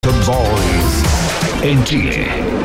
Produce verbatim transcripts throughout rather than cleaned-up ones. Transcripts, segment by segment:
Boys en Chile.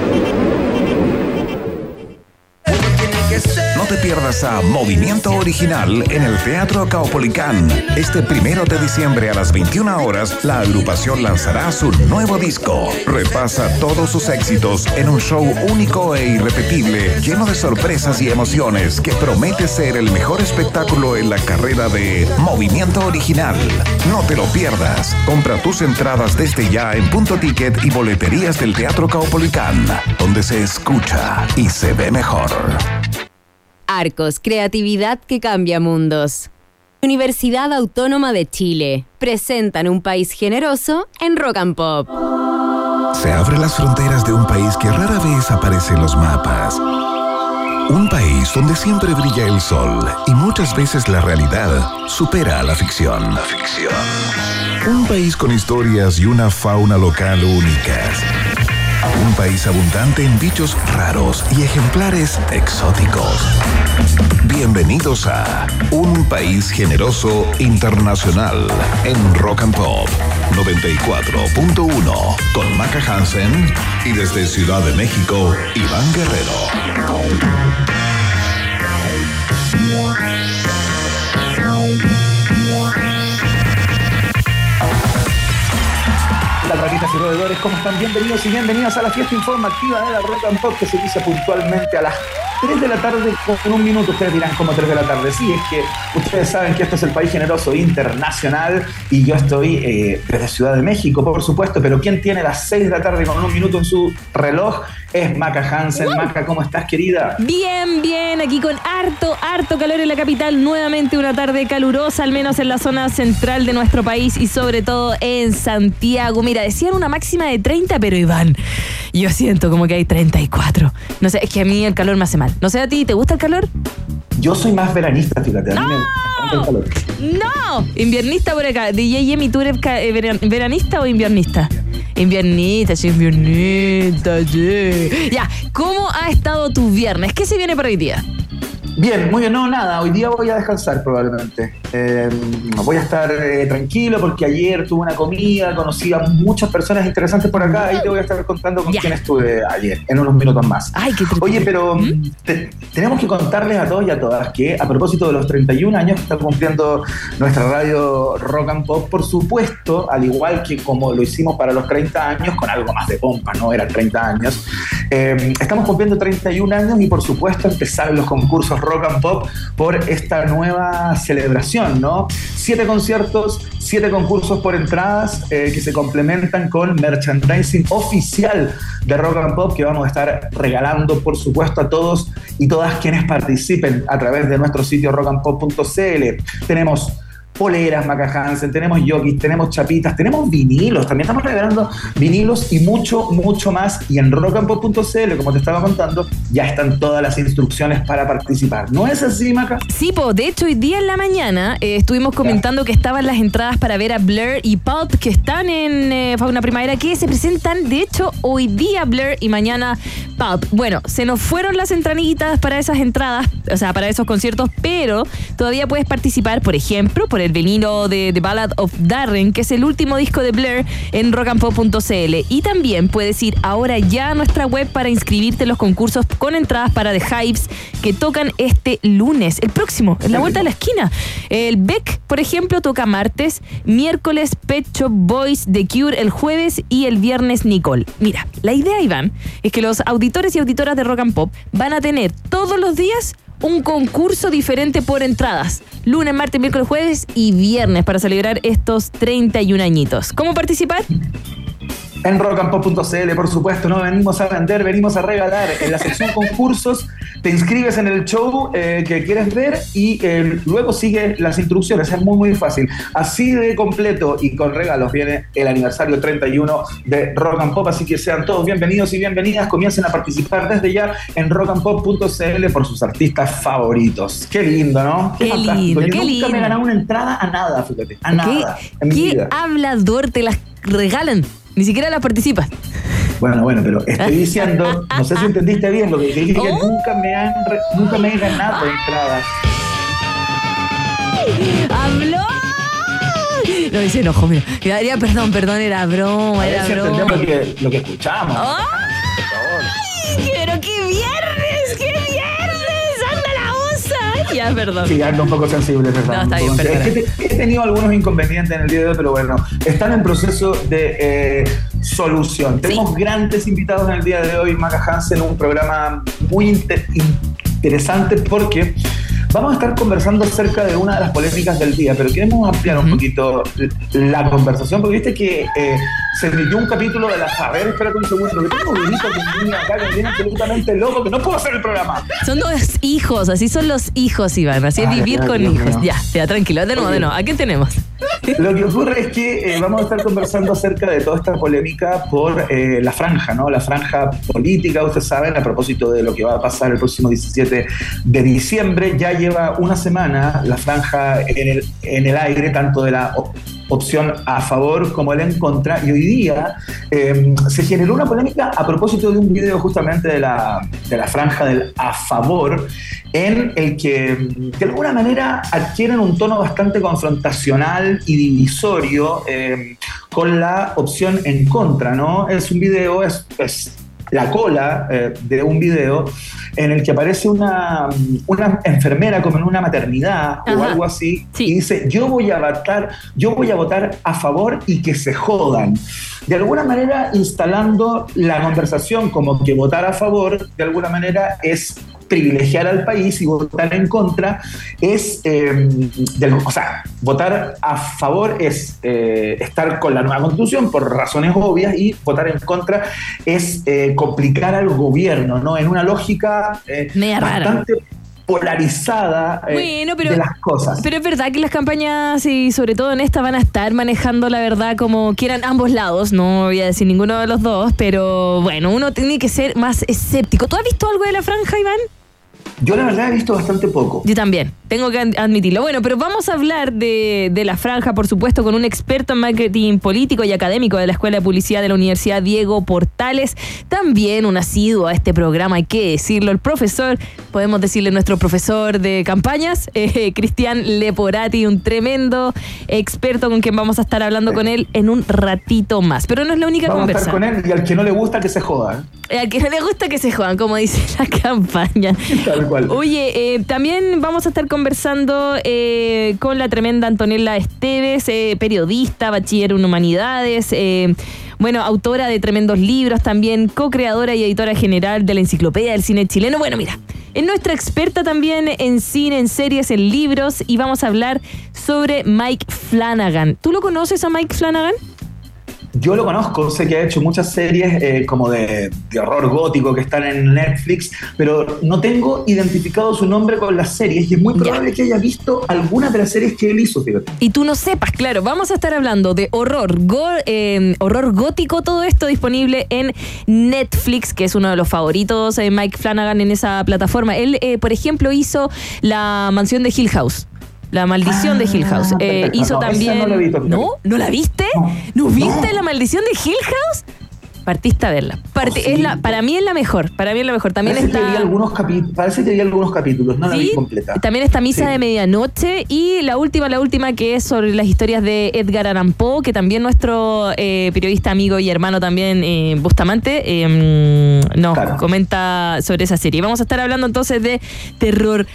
No te pierdas a Movimiento Original en el Teatro Caupolicán. Este primero de diciembre a las veintiuna horas, la agrupación lanzará su nuevo disco. Repasa todos sus éxitos en un show único e irrepetible, lleno de sorpresas y emociones, que promete ser el mejor espectáculo en la carrera de Movimiento Original. No te lo pierdas. Compra tus entradas desde ya en Punto Ticket y boleterías del Teatro Caupolicán, donde se escucha y se ve mejor. Arcos, creatividad que cambia mundos. Universidad Autónoma de Chile presentan Un País Generoso en Rock and Pop. Se abren las fronteras de un país que rara vez aparece en los mapas. Un país donde siempre brilla el sol y muchas veces la realidad supera a la ficción. La ficción. Un país con historias y una fauna local únicas. Un país abundante en bichos raros y ejemplares exóticos. Bienvenidos a Un País Generoso Internacional en Rock and Pop noventa y cuatro punto uno con Maca Hansen y desde Ciudad de México, Iván Guerrero. Las ratitas y roedores, ¿cómo están? Bienvenidos y bienvenidas a la fiesta informativa de la Rock and Pop, que se inicia puntualmente a las tres de la tarde con un minuto. Ustedes dirán, ¿cómo tres de la tarde? Sí, es que ustedes saben que esto es el País Generoso Internacional y yo estoy eh, desde Ciudad de México, por supuesto, pero quien tiene las seis de la tarde con un minuto en su reloj es Maca Hansen. Uh. Maca, ¿cómo estás, querida? Bien, bien, aquí con harto, harto calor en la capital. Nuevamente una tarde calurosa, al menos en la zona central de nuestro país y sobre todo en Santiago. Mira, decían una máxima de treinta, pero Iván, yo siento como que hay treinta y cuatro. No sé, es que a mí el calor me hace mal. No sé, ¿a ti te gusta el calor? Yo soy más veranista, fíjate. A mí ¡No! me encanta el calor. ¡No! Inviernista por acá. D J Yemi, ¿tú eres veranista o inviernista? Inviernista, sí, inviernista, sí. Ya, ¿cómo ha estado tu viernes? ¿Qué se viene para hoy día? Bien, muy bien, no, nada, hoy día voy a descansar probablemente. Eh, voy a estar eh, tranquilo porque ayer tuve una comida, conocí a muchas personas interesantes por acá y te voy a estar contando con yeah. quién estuve ayer, en unos minutos más. Ay, qué Oye, pero ¿Mm? te, tenemos que contarles a todos y a todas que a propósito de los treinta y un años que está cumpliendo nuestra radio Rock and Pop, por supuesto, al igual que como lo hicimos para los treinta años, con algo más de pompa, no eran treinta años, eh, estamos cumpliendo treinta y un años y por supuesto empezaron los concursos Rock and Pop por esta nueva celebración, ¿no? Siete conciertos, siete concursos por entradas eh, que se complementan con merchandising oficial de Rock and Pop que vamos a estar regalando, por supuesto, a todos y todas quienes participen a través de nuestro sitio rock and pop punto c l. Tenemos poleras Maca Hansen, tenemos yokis, tenemos chapitas, tenemos vinilos, también estamos regalando vinilos y mucho, mucho más. Y en rock and pop punto c l, como te estaba contando, ya están todas las instrucciones para participar. ¿No es así, Maca? Sí, po, de hecho hoy día en la mañana eh, estuvimos comentando que estaban las entradas para ver a Blur y Pulp, que están en eh, Fauna Primavera, que se presentan, de hecho, hoy día Blur y mañana Pulp. Bueno, se nos fueron las entraditas para esas entradas, o sea, para esos conciertos, pero todavía puedes participar, por ejemplo, por el vinilo de The Ballad of Darren, que es el último disco de Blur, en rock and pop punto c l. Y también puedes ir ahora ya a nuestra web para inscribirte en los concursos con entradas para The Hives, que tocan este lunes, el próximo, en la vuelta de la esquina. El Beck, por ejemplo, toca martes, miércoles Pet Shop Boys, The Cure el jueves y el viernes Nicole. Mira, la idea, Iván, es que los auditores y auditoras de Rock and Pop van a tener todos los días un concurso diferente por entradas. Lunes, martes, miércoles, jueves y viernes para celebrar estos treinta y un añitos. ¿Cómo participar? En rock and pop punto c l, por supuesto, no venimos a vender, venimos a regalar. En la sección concursos te inscribes en el show eh, que quieres ver y eh, luego sigue las instrucciones. Es muy, muy fácil. Así de completo y con regalos viene el aniversario treinta y uno de Rock and Pop, así que sean todos bienvenidos y bienvenidas. Comiencen a participar desde ya en rock and pop punto c l por sus artistas favoritos. Qué lindo, ¿no? Qué, qué lindo, Yo qué nunca lindo. me he ganado una entrada a nada, fíjate, a nada en mi ¿Qué vida. hablador? Te las regalan. Ni siquiera las participas. Bueno, bueno, pero estoy diciendo, no sé si entendiste bien lo que dije, que oh. nunca me han re, nunca me he ganado entradas. ¡Habló! No, dice enojo, mira. Daría, perdón, perdón, era broma, era broma. Lo que, lo que escuchamos. ¡Ay! Pero qué viernes, qué viernes. Anda la osa. Ya, perdón. Sí, ando un poco sensible, ¿verdad? No, está bien, perdón. Es que te, he tenido algunos inconvenientes en el día de hoy, pero bueno, están en proceso de eh, solución. Tenemos sí. grandes invitados en el día de hoy, Maca Hansen, un programa muy inter- interesante porque vamos a estar conversando acerca de una de las polémicas del día, pero queremos ampliar un poquito la conversación, porque viste que eh, se emitió un capítulo de la... A ver, espérate un segundo, que tengo un bonito que viene acá, que viene absolutamente loco, que no puedo hacer el programa. Son dos hijos, así son los hijos, Iván, así es vivir ya, con Dios hijos. Mío. Ya, ya, tranquilo, de nuevo, de nuevo. ¿A qué tenemos? Lo que ocurre es que eh, vamos a estar conversando acerca de toda esta polémica por eh, la franja, ¿no? La franja política, ustedes saben, a propósito de lo que va a pasar el próximo diecisiete de diciembre, ya lleva una semana la franja en el, en el aire, tanto de la op- opción a favor como el en contra, y hoy día eh, se generó una polémica a propósito de un video justamente de la, de la franja del a favor, en el que de alguna manera adquieren un tono bastante confrontacional y divisorio eh, con la opción en contra, ¿no? Es un video, es, es la cola eh, de un video en el que aparece una, una enfermera como en una maternidad. Ajá. O algo así, sí. Y dice, yo voy a votar, yo voy a votar a favor y que se jodan. De alguna manera instalando la conversación como que votar a favor de alguna manera es privilegiar al país y votar en contra es, eh, del, o sea, votar a favor es eh, estar con la nueva constitución por razones obvias, y votar en contra es eh, complicar al gobierno, ¿no? En una lógica eh, bastante rara, polarizada eh, bueno, pero, de las cosas. Pero es verdad que las campañas, y sobre todo en esta, van a estar manejando la verdad como quieran ambos lados, no voy a decir ninguno de los dos, pero bueno, uno tiene que ser más escéptico. ¿Tú has visto algo de la franja, Iván? Yo la verdad he visto bastante poco. Yo también, tengo que admitirlo. Bueno, pero vamos a hablar de, de la franja, por supuesto, con un experto en marketing político y académico de la Escuela de Publicidad de la Universidad Diego Portales. También un asiduo a este programa, hay que decirlo, el profesor, podemos decirle nuestro profesor de campañas, eh, Cristian Leporati, un tremendo experto con quien vamos a estar hablando con él en un ratito más. Pero no es la única vamos conversa. Vamos a estar con él, y al que no le gusta que se joda. ¿eh? Al que no le gusta que se jodan, como dice la campaña. Tal cual. Oye, eh, también vamos a estar conversando eh, con la tremenda Antonella Esteves, eh, periodista, bachiller en humanidades, eh, bueno, autora de tremendos libros, también co-creadora y editora general de la Enciclopedia del Cine Chileno. Bueno, mira, es nuestra experta también en cine, en series, en libros, y vamos a hablar sobre Mike Flanagan. ¿Tú lo conoces a Mike Flanagan? Yo lo conozco, sé que ha hecho muchas series eh, como de, de horror gótico que están en Netflix, pero no tengo identificado su nombre con las series, y es muy probable ya. que haya visto algunas de las series que él hizo, fíjate. Y tú no sepas, claro, vamos a estar hablando de horror, go, eh, horror gótico, todo esto disponible en Netflix, que es uno de los favoritos de Mike Flanagan en esa plataforma. Él, eh, por ejemplo, hizo La Mansión de Hill House. La Maldición ah, de Hill House. Eh, hizo no, también. No, la vi, ¿No? ¿No la viste? ¿No, ¿No viste no. La Maldición de Hill House? Partiste a verla. Parti- oh, sí. es la, para mí es la mejor. Para mí es la mejor. También parece está. Que vi algunos capi- parece que vi algunos capítulos, no ¿Sí? la vi completa. También está Misa sí. de Medianoche, y la última, la última que es sobre las historias de Edgar Allan Poe, que también nuestro eh, periodista amigo y hermano también, eh, Bustamante, eh, nos claro. comenta sobre esa serie. Vamos a estar hablando entonces de terror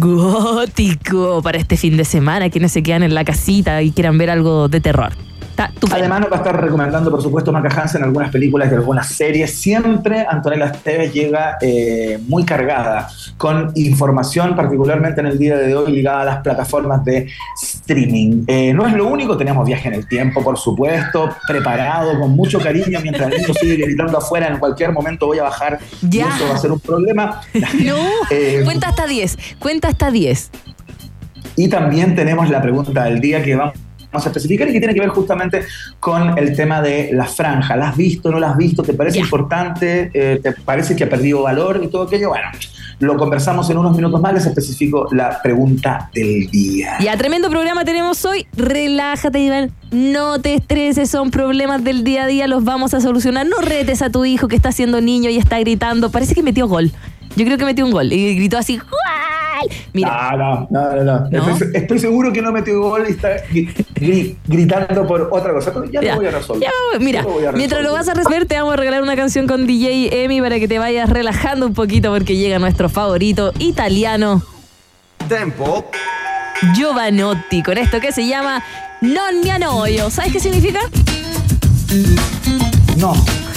gótico para este fin de semana, quienes se quedan en la casita y quieran ver algo de terror. Además nos va a estar recomendando, por supuesto, Maca Hansen algunas películas y algunas series. Siempre Antonella Esteves llega eh, muy cargada con información, particularmente en el día de hoy ligada a las plataformas de streaming. Eh, no es lo único, tenemos Viaje en el Tiempo, por supuesto, preparado con mucho cariño, mientras el niño sigue gritando afuera, en cualquier momento voy a bajar ya. Y eso va a ser un problema. No, eh, cuenta hasta diez, cuenta hasta diez. Y también tenemos la pregunta del día que vamos a especificar y que tiene que ver justamente con el tema de la franja. ¿La has visto, no la has visto? ¿Te parece yeah. importante? Eh, ¿Te parece que ha perdido valor y todo aquello? Bueno, lo conversamos en unos minutos más. Les especifico la pregunta del día. Ya, tremendo programa tenemos hoy. Relájate, Iván. No te estreses, son problemas del día a día, los vamos a solucionar. No retes a tu hijo que está siendo niño y está gritando. Parece que metió gol. Yo creo que metió un gol y gritó así. ¡Uah! Mira. No, no, no, no. ¿No? Estoy, estoy seguro que no metió gol y está gri- gri- gritando por otra cosa. Pero ya, Ya, lo voy a resolver. ya, mira, Ya lo voy a mientras lo resolver. vas a resolver, te vamos a regalar una canción con D J Emi para que te vayas relajando un poquito porque llega nuestro favorito italiano, Tempo. Giovanotti, con esto que se llama Non mi annoio. ¿Sabes qué significa? No.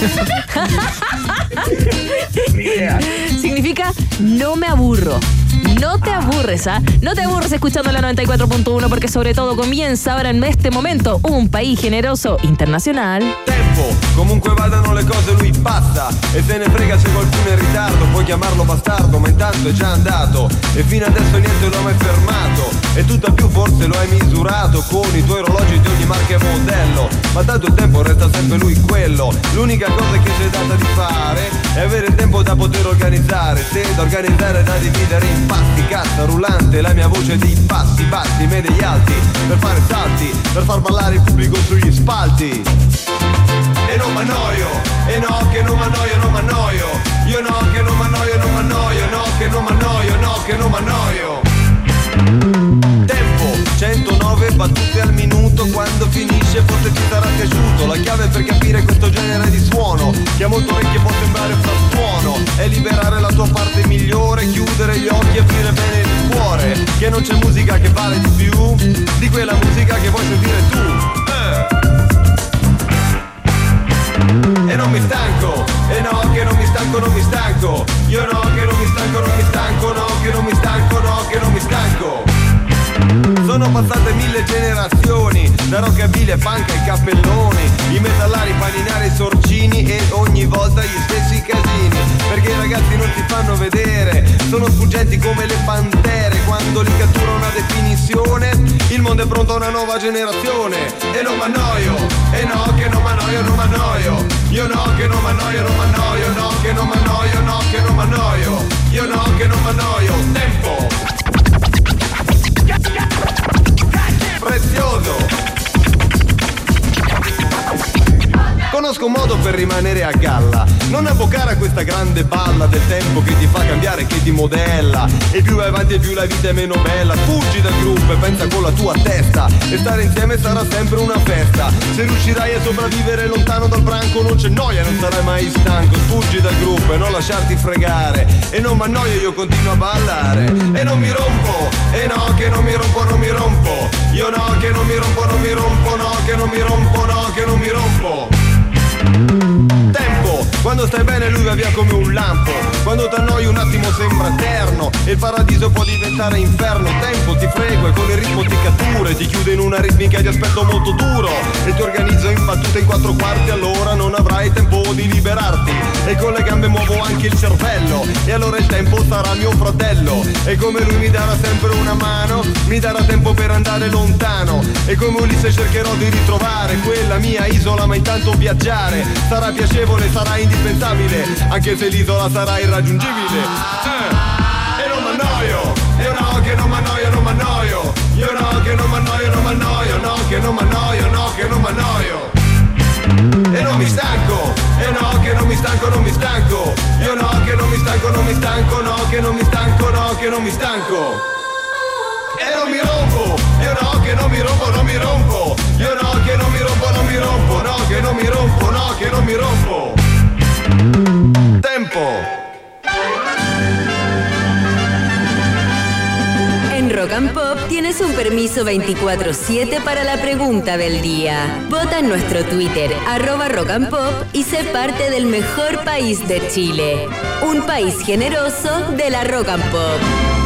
Ni idea. Significa no me aburro. No te aburres, ¿ah? No te aburres escuchando la noventa y cuatro punto uno porque sobre todo comienza ahora en este momento un país generoso internacional. Tempo, comunque vadano le cose lui passa e se ne frega se qualcuno è in ritardo, puoi chiamarlo bastardo ma intanto è già andato e fino adesso niente lo ha mai fermato e tutto più forse lo hai misurato con i tuoi orologi di ogni marca e modello, ma tanto il tempo resta sempre lui quello, l'unica cosa che c'è data di fare è avere il tempo da poter organizzare, se da organizzare da dividere in pasti, cassa rullante, la mia voce di passi, bassi, medi e alti, per fare salti, per far ballare il pubblico sugli spalti. E non m'annoio, e no che non m'annoio, non m'annoio, io no che non m'annoio, non m'annoio, no che non m'annoio, no che non m'annoio. Tempo, centonove battute al minuto, quando finisce forse ti sarà piaciuto, la chiave per capire questo genere di suono, che a molto orecchie può sembrare un frastuono, è liberare la tua parte migliore, chiudere gli occhi e aprire bene il cuore, che non c'è musica che vale di più, di quella musica che vuoi sentire tu. Eh. E non mi stanco, e no che non mi stanco, non mi stanco, io no che non mi stanco, non mi stanco, no che non mi stanco, no che non mi stanco. Sono passate mille generazioni, da rockabilly e punk ai cappelloni, i metallari, i paninari, i sorcini e ogni volta gli stessi casini, perché i ragazzi non si fanno vedere, sono sfuggenti come le pantere, quando li cattura una definizione, il mondo è pronto a una nuova generazione, e non m'annoio, e no che non m'annoio, non m'annoio, io no che non m'annoio, non m'annoio, no che non m'annoio, no che non m'annoio, io no che non m'annoio, tempo! Prezioso. Conosco un modo per rimanere a galla, non avvocare a questa grande balla del tempo che ti fa cambiare, che ti modella, e più vai avanti e più la vita è meno bella. Fuggi dal gruppo e pensa con la tua testa, e stare insieme sarà sempre una festa. Se riuscirai a sopravvivere lontano dal branco non c'è noia, non sarai mai stanco. Fuggi dal gruppo e non lasciarti fregare, e non m'annoio, io continuo a ballare, e non mi rompo, e no che non mi rompo, non mi rompo, io no che non mi rompo, non mi rompo, no che non mi rompo, no che non mi rompo. Tempo, quando stai bene lui va via come un lampo, quando t'annoi un attimo sembra eterno e il paradiso può diventare inferno. Tempo, ti frego e con il ritmo ti cattura e ti chiude in una ritmica di aspetto molto duro e ti organizzo in battute in quattro quarti, allora non avrai tempo di liberarti e con le gambe muovo anche il cervello e allora il tempo sarà mio fratello e come lui mi darà sempre una mano, mi darà tempo per andare lontano e come Ulisse cercherò di ritrovare quella mia isola, ma intanto viaggiare sarà piacevole, sarà indispensabile, anche se l'isola sarà irraggiungibile. Eh. E non m'annoio, io no che non m'annoio, non m'annoio, io no che non m'annoio, non m'annoio, no che non m'annoio, no che non m'annoio. E non mi stanco, e no che non mi stanco, non mi stanco, io no che non mi stanco, non mi stanco, no che non mi stanco, no che non mi stanco. E non mi rompo, io no che non mi rompo, non mi rompo, io no che non mi rompo, non mi rompo, no che non mi rompo, no che non mi rompo. Tempo. En Rock and Pop tienes un permiso veinticuatro siete para la pregunta del día. Vota en nuestro Twitter, arroba Rock and Pop, y sé parte del mejor país de Chile. Un país generoso de la Rock and Pop.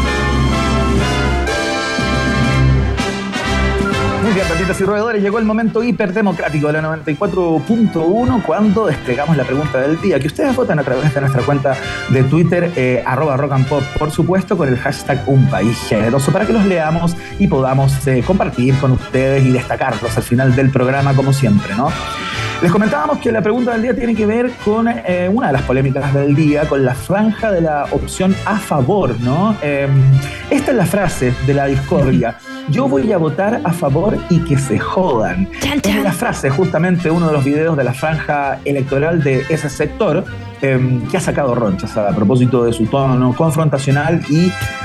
Muy bien, ratitas y roedores, llegó el momento hiperdemocrático de la noventa y cuatro punto uno cuando desplegamos la pregunta del día, que ustedes votan a través de nuestra cuenta de Twitter, eh, arroba Rock and Pop, por supuesto, con el hashtag Un País Generoso, para que los leamos y podamos eh, compartir con ustedes y destacarlos al final del programa, como siempre, ¿no? Les comentábamos que la pregunta del día tiene que ver con eh, una de las polémicas del día, con la franja de la opción a favor, ¿no? Eh, esta es la frase de la discordia. Yo voy a votar a favor y que se jodan. Chan, chan. Es la frase, justamente, uno de los videos de la franja electoral de ese sector, eh, que ha sacado ronchas a propósito de su tono confrontacional y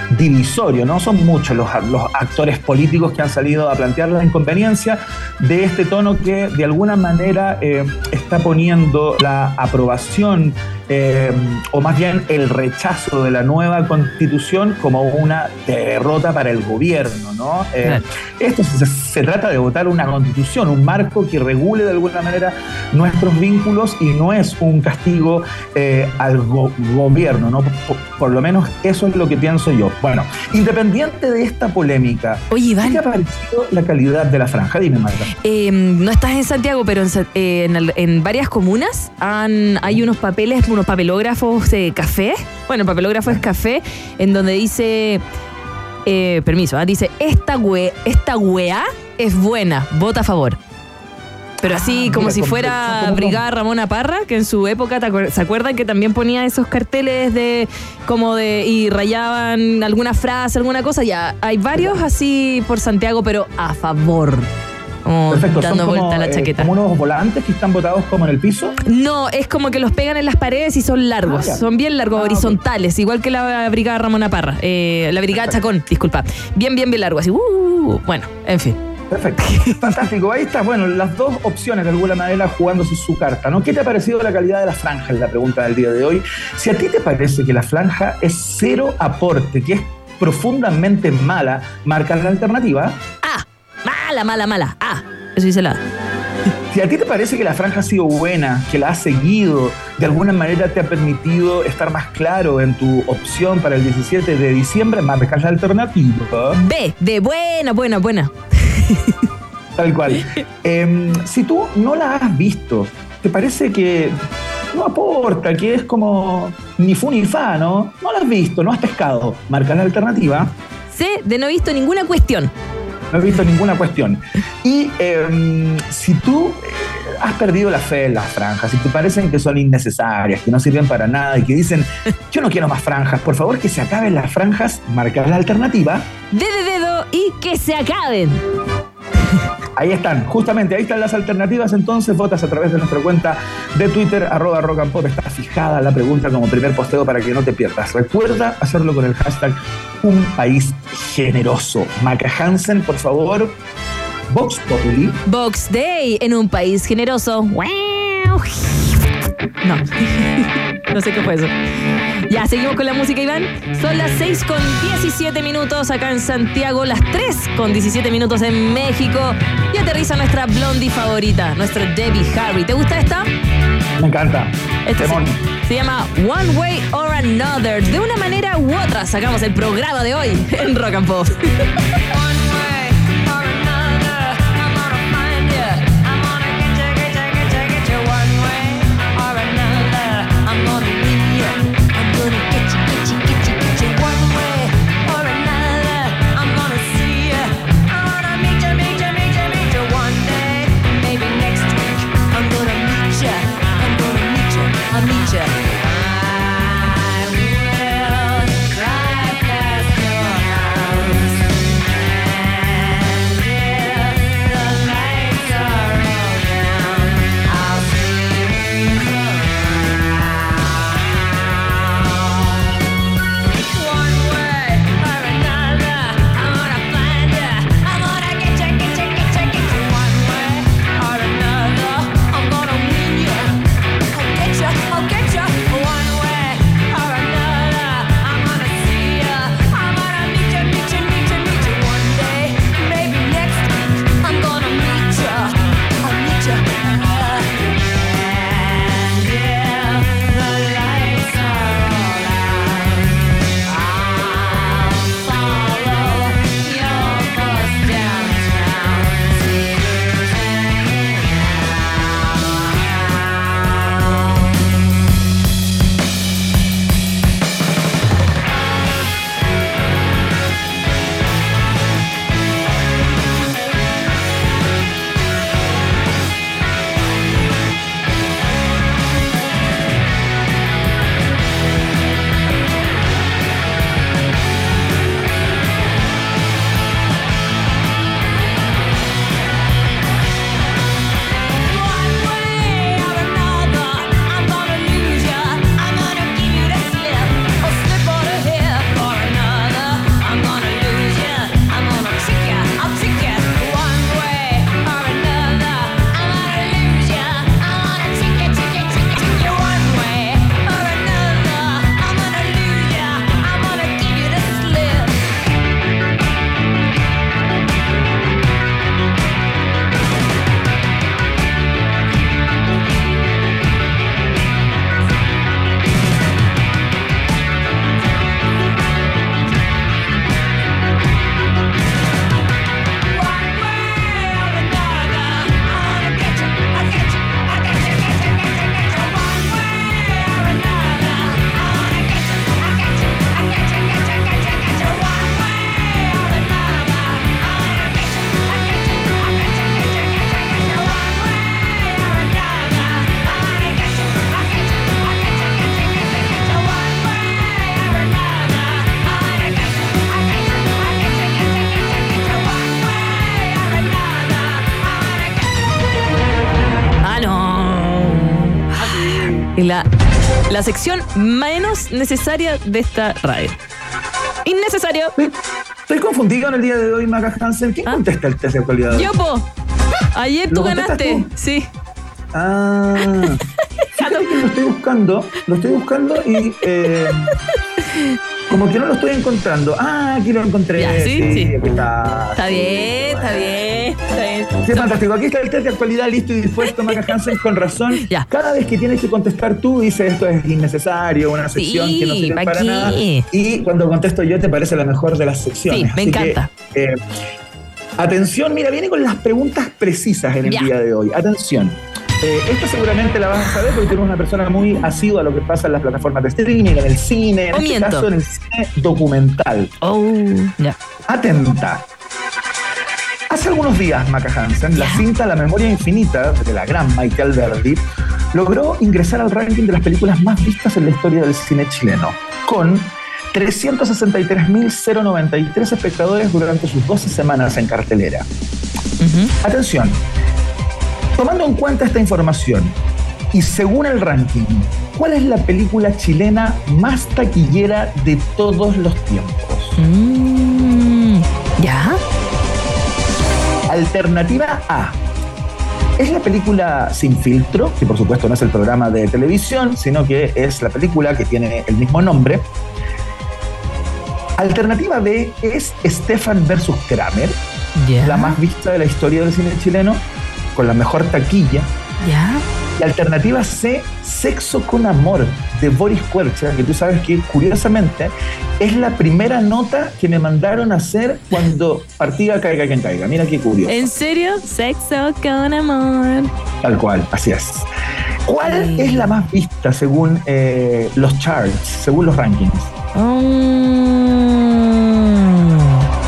divisorio, ¿no? Son muchos los, los actores políticos que han salido a plantear la inconveniencia de este tono que de alguna manera eh, está poniendo la aprobación eh, o más bien el rechazo de la nueva Constitución como una derrota para el gobierno, ¿no? Eh, claro. Esto se, se trata de votar una Constitución, un marco que regule de alguna manera nuestros vínculos y no es un castigo eh, al go- gobierno, ¿no? Por, por lo menos eso es lo que pienso yo. Bueno, independiente de esta polémica, oye, Iván, ¿qué te ha parecido la calidad de la franja? Dime, Marta. Eh, no estás en Santiago, pero en, eh, en, en varias comunas han, hay unos papeles, unos papelógrafos de café. Bueno, el papelógrafo es café, en donde dice, eh, permiso, ¿eh? dice, esta, we, esta weá es buena, vota a favor. Pero así ah, como mira, si fuera como Brigada Ramona Parra, que en su época, ¿se acuerdan que también ponía esos carteles de como de y rayaban alguna frase, alguna cosa? Ya, hay varios así por Santiago, pero a favor. Como perfecto, dando son vuelta como, a la chaqueta. Eh, ¿como unos volantes que están botados como en el piso? No, es como que los pegan en las paredes y son largos, ah, son bien largos, ah, horizontales, okay. Igual que la Brigada Ramona Parra, eh, la Brigada perfecto. Chacón, disculpa, bien, bien, bien largo, así, uh, bueno, en fin. Perfecto, fantástico. Ahí está, bueno, las dos opciones de alguna manera jugándose su carta, ¿no? ¿Qué te ha parecido la calidad de la franja? Es la pregunta del día de hoy. Si a ti te parece que la franja es cero aporte, que es profundamente mala, marca la alternativa. Ah, mala, mala, mala. Ah, eso dice la. Si a ti te parece que la franja ha sido buena, que la has seguido, de alguna manera te ha permitido estar más claro en tu opción para el diecisiete de diciembre, marcas la alternativa. B, de buena, buena, buena. Tal cual. Eh, si tú no la has visto, ¿te parece que no aporta, que es como ni fu ni fa, ¿no? No la has visto, no has pescado. Marca la alternativa. C, de no he visto ninguna cuestión. No he visto ninguna cuestión. Y eh, si tú eh, has perdido la fe en las franjas, si te parecen que son innecesarias, que no sirven para nada y que dicen, yo no quiero más franjas, por favor que se acaben las franjas, marca la alternativa. D de dedo y que se acaben. Ahí están, justamente, ahí están las alternativas. Entonces votas a través de nuestra cuenta de Twitter, arroba Rock and Pop. Está fijada la pregunta como primer posteo para que no te pierdas. Recuerda hacerlo con el hashtag Un País Generoso. Maca Hansen, por favor. Vox Populi. Vox Day en un país generoso. No, no sé qué fue eso. Ya, seguimos con la música, Iván. Son las seis con diecisiete minutos acá en Santiago, las tres con diecisiete minutos en México. Y aterriza nuestra blondie favorita, nuestra Debbie Harry. ¿Te gusta esta? Me encanta. Este se, se llama One Way or Another. De una manera u otra sacamos el programa de hoy en Rock and Pop. Es la, la sección menos necesaria de esta radio. Innecesario. Estoy, estoy confundido en el día de hoy, Maca Hansen. ¿Quién ¿Ah? contesta el test de actualidad? Yo, po. Ayer tú ¿Lo contestas ganaste. tú? Sí. Ah, fíjate que lo estoy buscando, lo estoy buscando y eh, como que no lo estoy encontrando. Ah, aquí lo encontré. Ya, sí, sí. Aquí está. Está Sí, bien, bueno. está bien, está bien. Sí, fantástico. Aquí está el test de actualidad listo y dispuesto, Maca Hansen, con razón. Ya. Cada vez que tienes que contestar tú, dices esto es innecesario, una sección Sí, que no sirve ¿pa' para qué? nada. Y cuando contesto yo, te parece la mejor de las secciones. Sí, me Así encanta. que, eh, atención, mira, viene con las preguntas precisas en el Ya. día de hoy. Atención. Eh, esta seguramente la vas a saber porque tú eres una persona muy asidua a lo que pasa en las plataformas de streaming, en el cine, en O este miento. caso en el cine documental. Oh, ya. Atenta. Hace algunos días, Maca Hansen, la Ya. cinta La Memoria Infinita, de la gran Michael Verdi, logró ingresar al ranking de las películas más vistas en la historia del cine chileno, con trescientos sesenta y tres mil noventa y tres espectadores durante sus doce semanas en cartelera. Ujú. Atención, tomando en cuenta esta información y según el ranking, ¿cuál es la película chilena más taquillera de todos los tiempos? Mm, ¿ya? Alternativa A. Es la película Sin Filtro, que por supuesto no es el programa de televisión, sino que es la película que tiene el mismo nombre. Alternativa B es Stefan versus Kramer, ¿Ya? la más vista de la historia del cine chileno, con la mejor taquilla. ¿Ya? Y alternativa C, Sexo con Amor, de Boris Kuercha, que tú sabes que, curiosamente, es la primera nota que me mandaron a hacer cuando partía Caiga quien caiga. Mira qué curioso. ¿En serio? Sexo con amor. Tal cual, así es. ¿Cuál Sí. es la más vista según eh, los charts, según los rankings? Mm.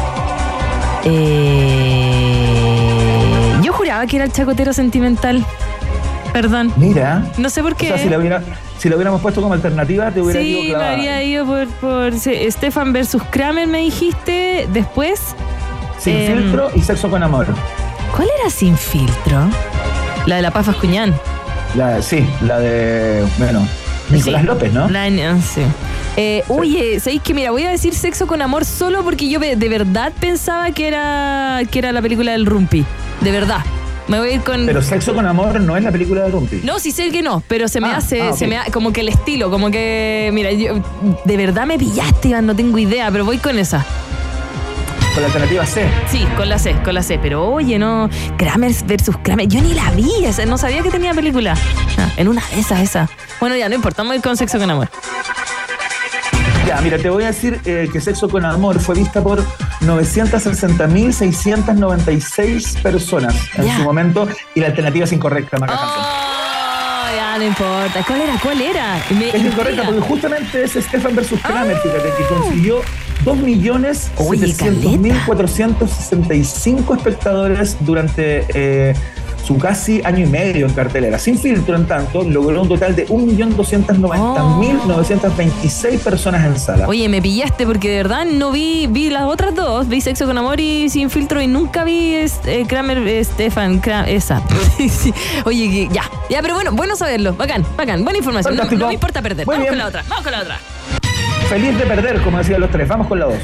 Eh, yo juraba que era el chacotero sentimental. Perdón. Mira, No sé por o qué. sea, si la, hubiera, si la hubiéramos puesto como alternativa, te hubiera ido Sí, me clavada. habría ido por, por sí, Stefan versus Kramer, me dijiste. Después, Sin em, Filtro y Sexo con Amor. ¿cuál era Sin Filtro? La de la Paz Fascuñán. La, sí, la de, bueno, Nicolás Sí. López, ¿no? La, ah, sí. Eh, oye, ¿sabéis que mira, voy a decir Sexo con Amor solo porque yo de verdad pensaba que era, que era la película del Rumpi. De verdad. Me voy a ir con. Pero Sexo con Amor no es la película de Rumpi. No, sí sé que no, pero se me Ah, hace, ah, ok. se me ha- como que el estilo, como que, mira, yo, de verdad me pillaste, Iván, no tengo idea, pero voy con esa. Con la alternativa C. Sí, con la C, con la C, pero oye, no, Kramer versus Kramer, yo ni la vi, esa, no sabía que tenía película. Ah, en una de esas, esa. Bueno, ya, no importa, vamos a ir con Sexo con Amor. Ya, mira, te voy a decir eh, que Sexo con Amor fue vista por novecientos sesenta mil seiscientos noventa y seis personas en Ya. su momento y la alternativa es incorrecta, Maca Hansen. Oh, ya, no importa. ¿Cuál era? ¿Cuál era? Me Es incorrecta intriga. porque justamente es Stefan versus Kramer, Ah. fíjate, que consiguió dos millones Oye, setecientos mil caleta. cuatrocientos sesenta y cinco espectadores durante eh, su casi año y medio en cartelera. Sin Filtro, en tanto, logró un total de un millón doscientos noventa mil novecientos veintiséis personas en sala. Oye, me pillaste porque de verdad no vi, vi las otras dos, vi Sexo con Amor y Sin Filtro y nunca vi este, Kramer, eh, Stefan, Kram- esa. Sí. Oye, que- ya, ya, pero bueno, bueno saberlo, bacán, bacán, buena información, no, Fantástico. no me importa perder, Muy vamos bien. con la otra, vamos con la otra. Feliz de perder, como decían los tres. Vamos con la dos.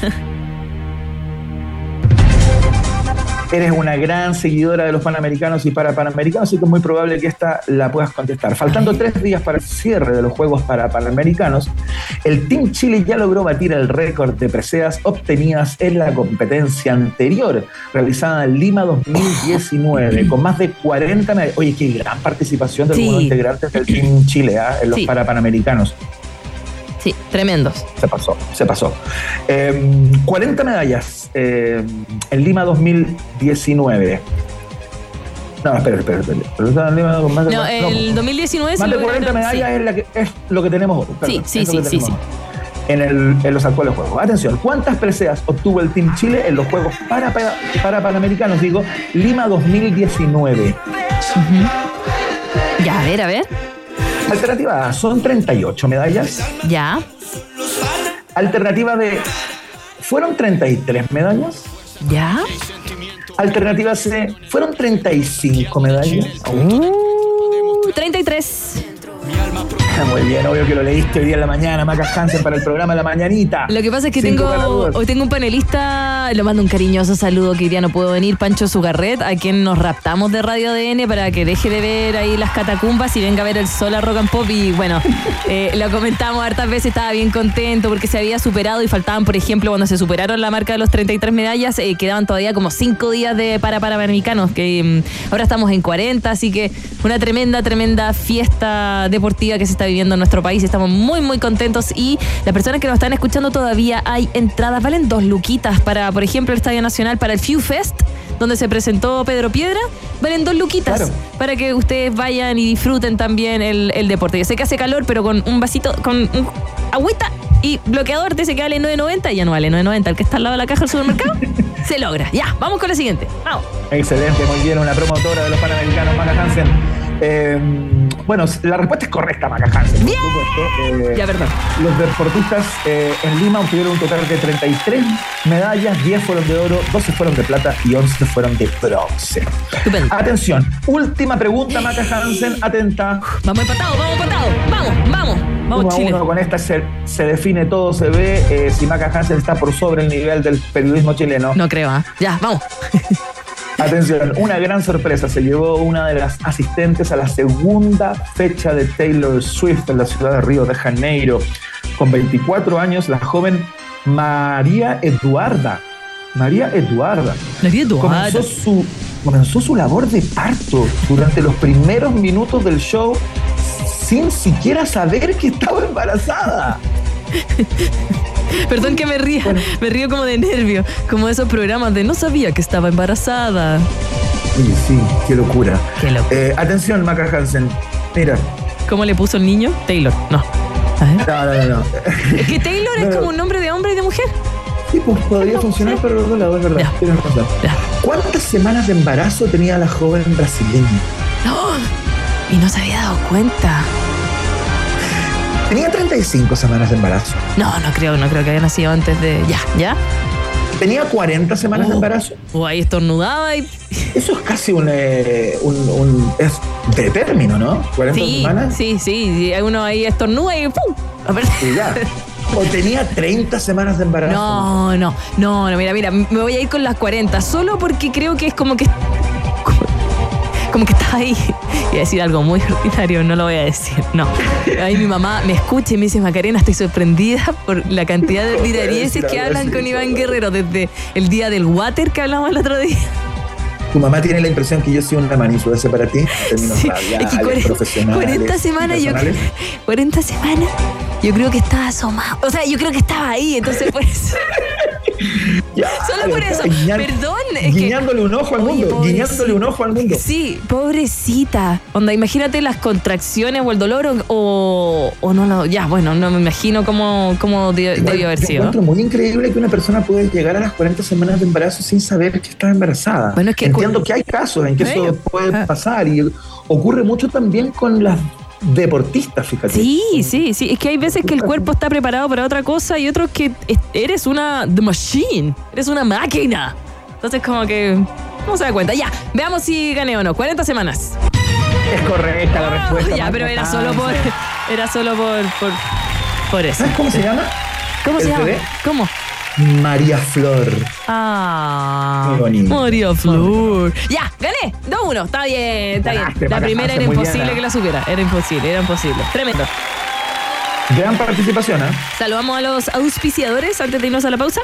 Eres una gran seguidora de los Panamericanos y para Panamericanos, así que es muy probable que esta la puedas contestar. Faltando tres días para el cierre de los Juegos para Panamericanos, el Team Chile ya logró batir el récord de preseas obtenidas en la competencia anterior, realizada en Lima dos mil diecinueve, con más de cuarenta medallas. Oye, qué gran participación de Sí. algunos integrantes del Team Chile ¿ah? en los Sí. para Panamericanos. Sí, tremendos. Se pasó, se pasó. Eh, cuarenta medallas eh, en Lima dos mil diecinueve. No, espera, espera, espera. Pero está en Lima con más de No, cuarenta, el dos mil diecinueve se más de lograron- cuarenta medallas sí. es, la que, es lo que tenemos hoy. Perdón, Sí, sí, es lo que sí, sí, tenemos En, el, en los actuales Juegos. Atención, ¿cuántas preseas obtuvo el Team Chile en los Juegos para, para, para Panamericanos? Digo, Lima dos mil diecinueve. Ya, a ver, a ver. Alternativa A, son treinta y ocho medallas. Ya, Alternativa B, ¿fueron treinta y tres medallas? ya. Alternativa C, ¿fueron treinta y cinco medallas? Uh, treinta y tres. muy bien, obvio que lo leíste hoy día en la mañana, Maca Hansen, para el programa La Mañanita. Lo que pasa es que Cinco tengo ganadoras. hoy tengo un panelista, le mando un cariñoso saludo que hoy día no puedo venir, Pancho Zugarret, a quien nos raptamos de Radio A D N para que deje de ver ahí las catacumbas y venga a ver el sol a Rock and Pop. Y bueno, eh, lo comentamos hartas veces, estaba bien contento porque se había superado y faltaban, por ejemplo, cuando se superaron la marca de los treinta y tres medallas, eh, quedaban todavía como cinco días de para panamericanos, que um, ahora estamos en cuarenta, así que una tremenda, tremenda fiesta deportiva que se está viviendo en nuestro país. Estamos muy, muy contentos y las personas que nos están escuchando todavía hay entradas, valen dos luquitas para, por ejemplo, el Estadio Nacional para el Few Fest, donde se presentó Pedro Piedra, valen dos luquitas Claro. para que ustedes vayan y disfruten también el, el deporte. Yo sé que hace calor, pero con un vasito, con un agüita y bloqueador, dice que vale nueve noventa, ya no vale nueve noventa, el que está al lado de la caja del supermercado, se logra. Ya, vamos con la siguiente. Vamos. Excelente, muy bien, una promotora de los Panamericanos, Maca Hansen. Eh, bueno, la respuesta es correcta, Maca Hansen. Bien. Por supuesto. Eh, Ya, perdón. Los deportistas eh, en Lima obtuvieron un total de treinta y tres medallas, diez fueron de oro, doce fueron de plata y once fueron de bronce. Estupendo. Atención, última pregunta, Maca Hansen, atenta. Vamos empatados, vamos empatados. Vamos, vamos. Vamos, Uno a Chile. uno, con esta se, se define todo, se ve eh, si Maca Hansen está por sobre el nivel del periodismo chileno. No creo, ¿ah? Ya, vamos. Atención, una gran sorpresa, se llevó una de las asistentes a la segunda fecha de Taylor Swift en la ciudad de Río de Janeiro. Con veinticuatro años, la joven María Eduarda, María Eduarda, María Eduarda. comenzó su, comenzó su labor de parto durante los primeros minutos del show sin siquiera saber que estaba embarazada. Perdón que me ría, me río como de nervio, como esos programas de no sabía que estaba embarazada. Oye, sí, qué locura. Qué loco. Eh, atención, Maca Hansen, mira. ¿Cómo le puso el niño? Taylor, no. A ver. No, no, no, no. Es que Taylor No, es no. como un nombre de hombre y de mujer. Sí, pues podría funcionar para los dos lados, es verdad. Ya. Tienes razón. Ya. ¿Cuántas semanas de embarazo tenía la joven brasileña? ¡Oh! Y no se había dado cuenta. Tenía treinta y cinco semanas de embarazo. No, no creo, no creo que haya nacido antes de. Ya, ya. Tenía cuarenta semanas Oh. de embarazo. O ahí estornudaba y. Eso es casi un, eh, un, un es de término, ¿no? cuarenta Sí, semanas. sí, sí, sí. Uno ahí estornuda y ¡pum! A ver. Y ya. O tenía treinta semanas de embarazo. No, no, no, no, mira, mira, me voy a ir con las cuarenta, solo porque creo que es como que. Como, como que está ahí. Iba a decir algo muy ordinario, no lo voy a decir, no. Ahí mi mamá me escucha y me dice, Macarena, estoy sorprendida por la cantidad de ordinarieces que hablan con Iván Guerrero desde el día del water que hablamos el otro día. Tu mamá tiene la impresión que yo soy un manizo ese para ti, en términos Sí, radiales, es que cuarenta, profesionales. cuarenta semanas, yo personales. cuarenta semanas, yo creo que estaba asomado. O sea, yo creo que estaba ahí, entonces por eso. Ya, Solo por eso. guiñan- Perdón. Es que, guiñándole un ojo al Oye, mundo, pobrecita. guiñándole un ojo al mundo. sí, pobrecita. Onda, imagínate las contracciones o el dolor o, o, o no lo. Ya, bueno, no me imagino cómo, cómo de- Igual, debió haber yo sido. encuentro muy increíble que una persona pueda llegar a las cuarenta semanas de embarazo sin saber que está embarazada. Bueno, es que Entiendo cu- que hay casos en que Bueno, eso puede ah. pasar y ocurre mucho también con las deportistas, fíjate. Sí, sí, sí. Es que hay veces que el cuerpo está preparado para otra cosa y otros que es- eres una the machine, eres una máquina. Entonces como que no se da cuenta. Ya, veamos si gané o no. cuarenta semanas. Es correcta la respuesta. Ya, Marta pero era solo por Hansen. era solo por por, por eso. ¿Sabes cómo se llama? ¿Cómo se ¿El llama? bebé? ¿Cómo? María Flor. Ah, Muy bonito. María Flor. Ya, gané. dos uno. Está bien, está Ganaste, bien. La Maca primera Hansen, era muy imposible bien, ¿eh? que la supiera. Era imposible, era imposible. Tremendo. Gran participación, ¿eh? Saludamos a los auspiciadores antes de irnos a la pausa.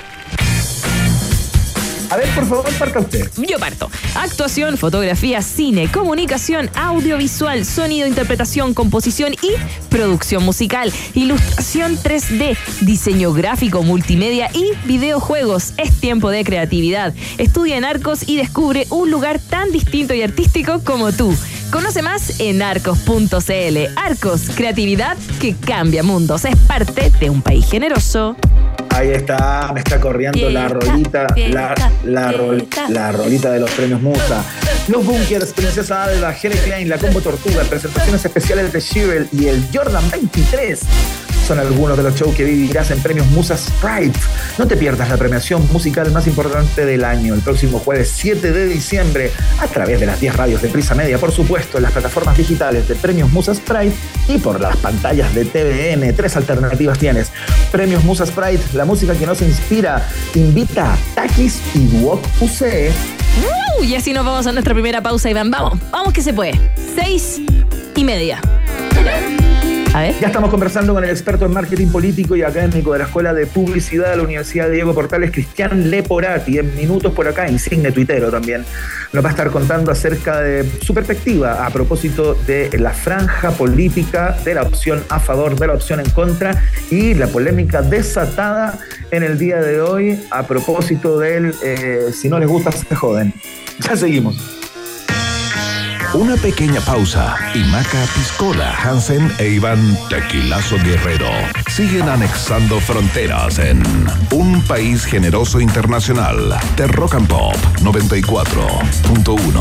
A ver, por favor, parta usted. Yo parto. Actuación, fotografía, cine, comunicación, audiovisual, sonido, interpretación, composición y producción musical. Ilustración tres D, diseño gráfico, multimedia y videojuegos. Es tiempo de creatividad. Estudia en Arcos y descubre un lugar tan distinto y artístico como tú. Conoce más en arcos punto c l. Arcos, creatividad que cambia mundos. Es parte de un país generoso. Ahí está, me está corriendo la Fiesta, rolita, la, fiesta, la, rol- fiesta. la rolita de los premios Musa. Los Bunkers, Princesa Alba, Helle Klein, la Combo Tortuga, presentaciones especiales de Shirel y el Jordan veintitrés. son algunos de los shows que vivirás en Premios Musa Sprite. No te pierdas la premiación musical más importante del año, el próximo jueves siete de diciembre, a través de las diez radios de Prisa Media, por supuesto, en las plataformas digitales de Premios Musa Sprite y por las pantallas de T V N. Tres alternativas tienes. Premios Musa Sprite, la música que nos inspira, invita a Takis y Duoc U C. Uh, y así nos vamos a nuestra primera pausa, Iván. Vamos, vamos que se puede. Seis y media. A ver. Ya estamos conversando con el experto en marketing político y académico de la Escuela de Publicidad de la Universidad Diego Portales, Cristian Leporati, en minutos por acá, insigne tuitero también. Nos va a estar contando acerca de su perspectiva a propósito de la franja política, de la opción a favor, de la opción en contra y la polémica desatada en el día de hoy a propósito del eh, si no les gusta se joden. Ya seguimos. Una pequeña pausa y Maca Piscola, Hansen e Iván Tequilazo Guerrero siguen anexando fronteras en Un País Generoso Internacional de Rock and Pop noventa y cuatro punto uno.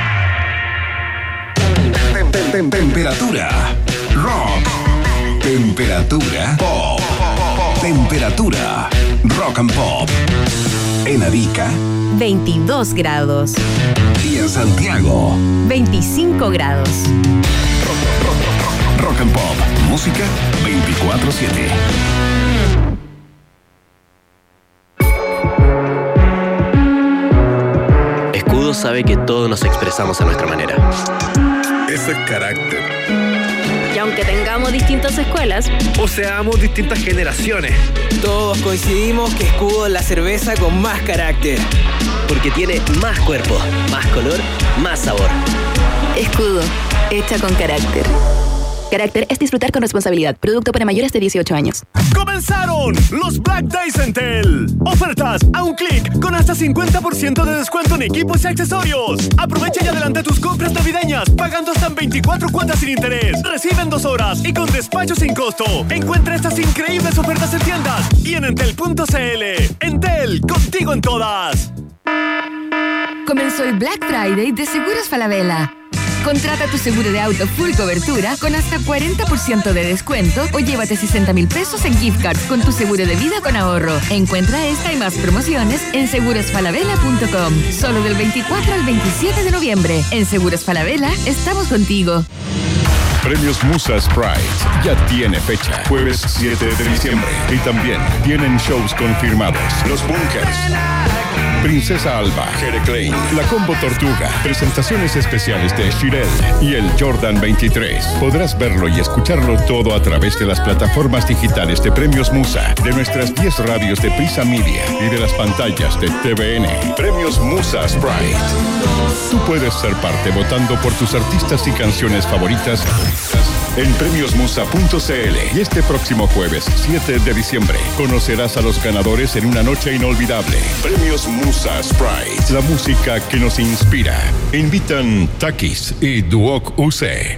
Temperatura rock. Temperatura pop. Temperatura rock and pop. En Arica, veintidós grados. Y en Santiago, veinticinco grados. Rock, rock, rock, rock and Pop, música veinticuatro siete. Escudo sabe que todos nos expresamos a nuestra manera. Ese es carácter. Y aunque tengamos distintas escuelas o seamos distintas generaciones, todos coincidimos que Escudo es la cerveza con más carácter. Porque tiene más cuerpo, más color, más sabor. Escudo, hecha con carácter. Carácter es disfrutar con responsabilidad. Producto para mayores de dieciocho años. ¡Comenzaron los Black Days en Entel! Ofertas a un clic con hasta cincuenta por ciento de descuento en equipos y accesorios. Aprovecha y adelanta tus compras navideñas pagando hasta en veinticuatro cuotas sin interés. Recibe en dos horas y con despacho sin costo. Encuentra estas increíbles ofertas en tiendas y en entel punto c l. Entel, contigo en todas. Comenzó el Black Friday de Seguros Falabella. Contrata tu seguro de auto full cobertura con hasta cuarenta por ciento de descuento o llévate sesenta mil pesos en gift cards con tu seguro de vida con ahorro. Encuentra esta y más promociones en seguros falabella punto com. Solo del veinticuatro al veintisiete de noviembre. En Seguros Falabella estamos contigo. Premios Musa Sprite ya tiene fecha, jueves siete de diciembre. Y también tienen shows confirmados. Los Bunkers, Princesa Alba, Jere Klein, La Combo Tortuga, presentaciones especiales de Shirel y el Jordan veintitrés. Podrás verlo y escucharlo todo a través de las plataformas digitales de Premios Musa, de nuestras diez radios de Prisa Media y de las pantallas de T V N. Premios Musa Sprite. Tú puedes ser parte votando por tus artistas y canciones favoritas en premios musa punto c l. Y este próximo jueves, siete de diciembre, conocerás a los ganadores en una noche inolvidable. Premios Musa Sprite, la música que nos inspira. Invitan Takis y Duoc U C.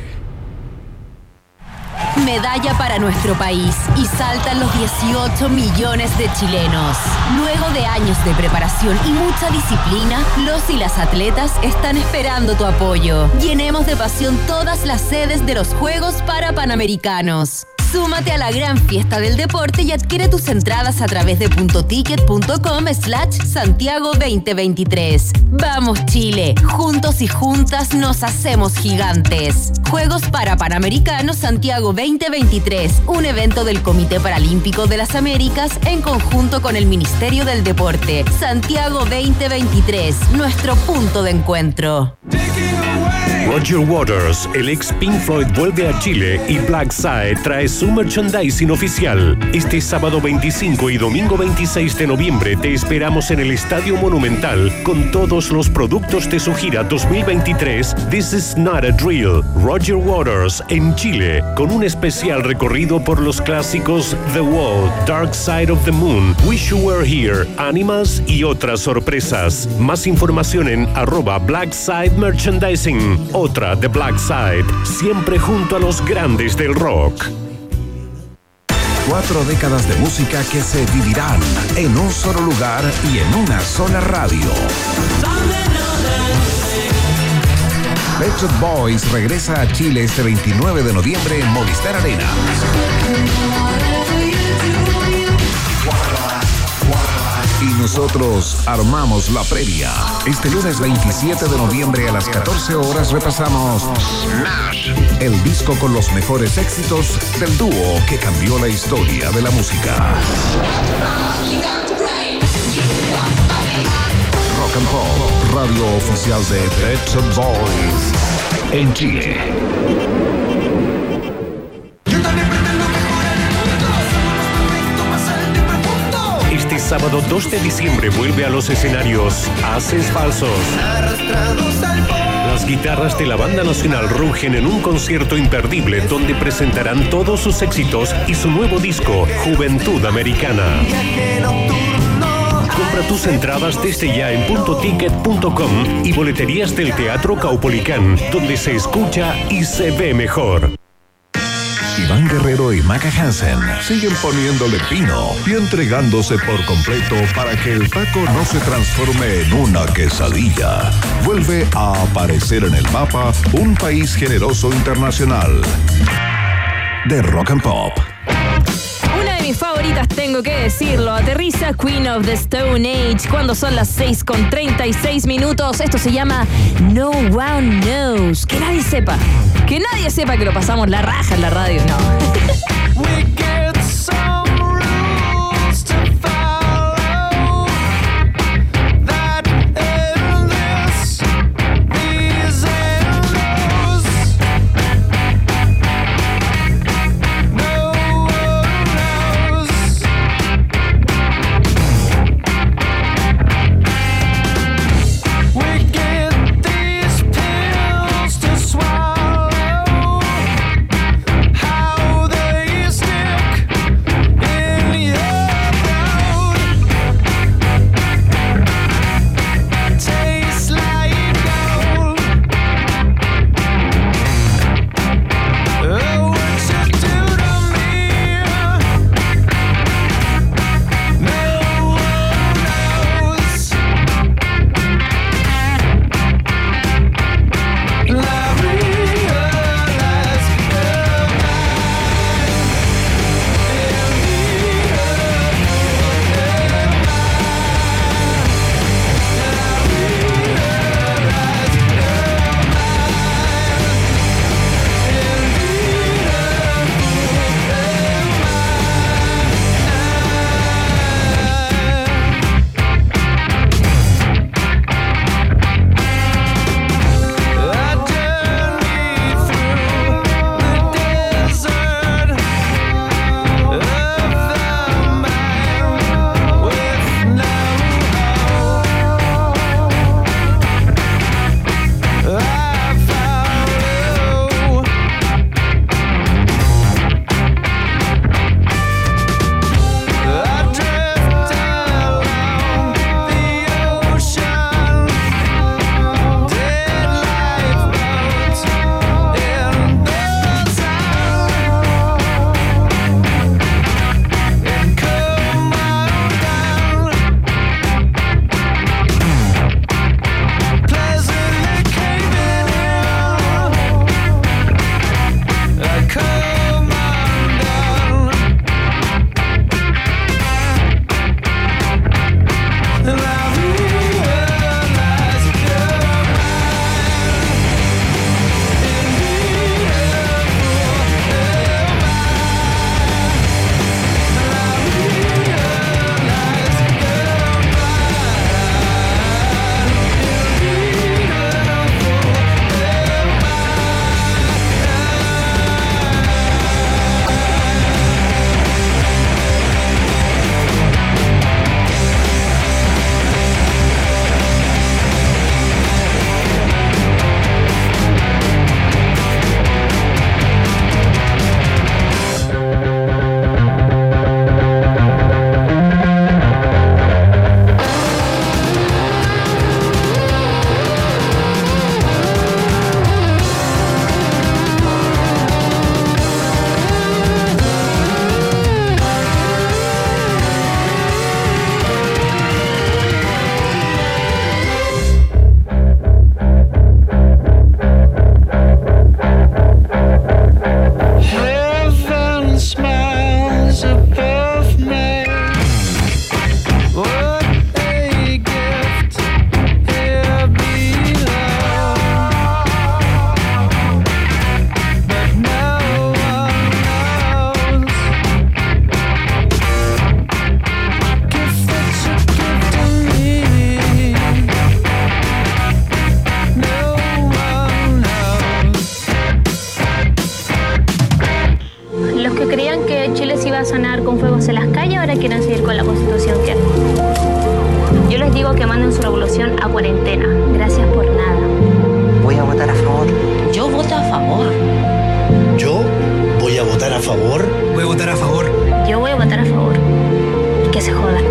Medalla para nuestro país y saltan los dieciocho millones de chilenos. Luego de años de preparación y mucha disciplina, los y las atletas están esperando tu apoyo. Llenemos de pasión todas las sedes de los Juegos para Panamericanos. Súmate a la gran fiesta del deporte y adquiere tus entradas a través de puntoticket.com slash Santiago veinte veintitrés. Vamos Chile, juntos y juntas nos hacemos gigantes. Juegos para Panamericanos Santiago veinte veintitrés, un evento del Comité Paralímpico de las Américas en conjunto con el Ministerio del Deporte. Santiago veinte veintitrés, nuestro punto de encuentro. Roger Waters, el ex Pink Floyd, vuelve a Chile y Black Side trae su merchandising oficial. Este sábado veinticinco y domingo veintiséis de noviembre te esperamos en el Estadio Monumental con todos los productos de su gira dos mil veintitrés This Is Not a Drill. Roger Waters en Chile con un especial recorrido por los clásicos The Wall, Dark Side of the Moon, Wish You Were Here, Animals y otras sorpresas. Más información en arroba Black Side Merchandising. Otra de Black Side, siempre junto a los grandes del rock. Cuatro décadas de música que se vivirán en un solo lugar y en una sola radio. Pet Shop Boys regresa a Chile este veintinueve de noviembre en Movistar Arena. nosotros armamos la previa. Este lunes veintisiete de noviembre a las catorce horas repasamos Smash, el disco con los mejores éxitos del dúo que cambió la historia de la música. Rock and Pop, radio oficial de Pet Shop Boys en Chile. Este sábado dos de diciembre vuelve a los escenarios Haces Falsos. Las guitarras de la Banda Nacional rugen en un concierto imperdible donde presentarán todos sus éxitos y su nuevo disco, Juventud Americana. Compra tus entradas desde ya en punto ticket punto com y boleterías del Teatro Caupolicán, donde se escucha y se ve mejor. Iván Guerrero y Maca Hansen siguen poniéndole pino y entregándose por completo para que el taco no se transforme en una quesadilla. Vuelve a aparecer en el mapa un país generoso internacional de Rock and Pop. Una de mis favoritas, tengo que decirlo, aterriza Queen of the Stone Age cuando son las seis con treinta y seis minutos. Esto se llama No One Knows. Que nadie sepa. Que nadie sepa que lo pasamos la raja en la radio, no. We get some rules to follow that in this, these and those. No one knows. We get these pills to swallow. How Los que creían que Chile se iba a sanar con fuegos en las calles ahora quieren seguir con la Constitución que hay. Yo les digo que manden su revolución a cuarentena. Gracias por nada. Voy a votar a favor. Yo voto a favor. Yo voy a votar a favor. Voy a votar a favor. Yo voy a votar a favor. Y que se jodan.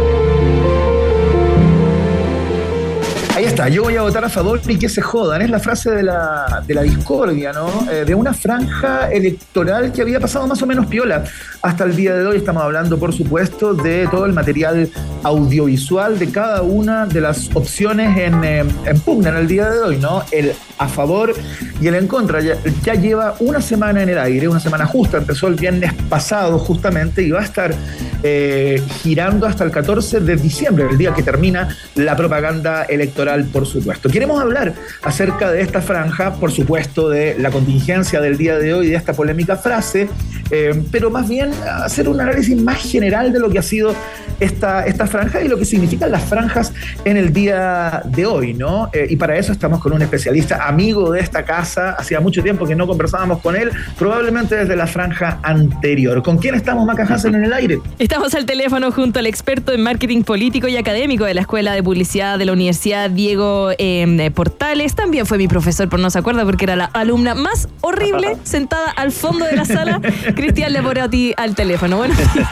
Ahí está, yo voy a votar a favor y que se jodan. Es la frase de la, de la discordia, ¿no? Eh, de una franja electoral que había pasado más o menos piola hasta el día de hoy. Estamos hablando, por supuesto, de todo el material audiovisual de cada una de las opciones en, eh, en pugna en el día de hoy, ¿no? El a favor y el en contra. Ya, ya lleva una semana en el aire, una semana justa. Empezó el viernes pasado justamente y va a estar eh, girando hasta el catorce de diciembre, el día que termina la propaganda electoral, por supuesto. Queremos hablar acerca de esta franja, por supuesto, de la contingencia del día de hoy, de esta polémica frase, eh, pero más bien hacer un análisis más general de lo que ha sido esta, esta franja y lo que significan las franjas en el día de hoy, ¿no? Eh, y para eso estamos con un especialista, amigo de esta casa. Hacía mucho tiempo que no conversábamos con él, probablemente desde la franja anterior. ¿Con quién estamos, Maca Hansen, en el aire? Estamos al teléfono junto al experto en marketing político y académico de la Escuela de Publicidad de la Universidad Diego eh, Portales. También fue mi profesor, por no se acuerda, porque era la alumna más horrible sentada al fondo de la sala. Cristian Leporati al teléfono. Buenos días.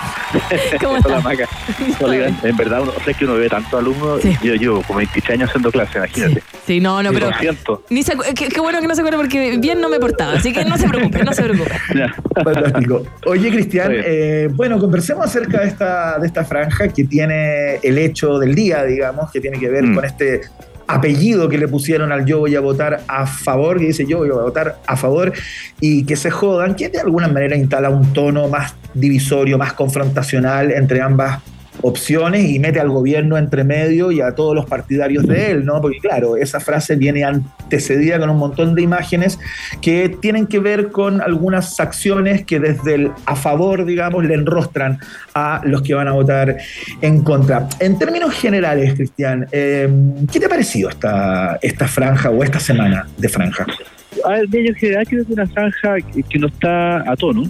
¿Cómo estás? Hola, Maca. Hola, en verdad, uno, sé que uno ve tanto alumnos. Sí. Yo llevo como veintitrés años haciendo clase, imagínate. Sí, sí no, no, pero. Ni se, qué, qué bueno que no se acuerde porque bien no me portaba. Así que no se preocupe, no se preocupe. Fantástico. Oye, Cristian, eh, bueno, conversemos acerca de esta, de esta franja que tiene el hecho del día, digamos, que tiene que ver mm. con este apellido que le pusieron al yo voy a votar a favor, que dice yo voy a votar a favor y que se jodan, que de alguna manera instala un tono más divisorio, más confrontacional entre ambas opciones y mete al gobierno entre medio y a todos los partidarios de él, ¿no? Porque claro, esa frase viene antecedida con un montón de imágenes que tienen que ver con algunas acciones que desde el a favor, digamos, le enrostran a los que van a votar en contra. En términos generales, Cristian, eh, ¿qué te ha parecido esta, esta franja o esta semana de franja? A ver, en general creo que es una franja que no está a tono.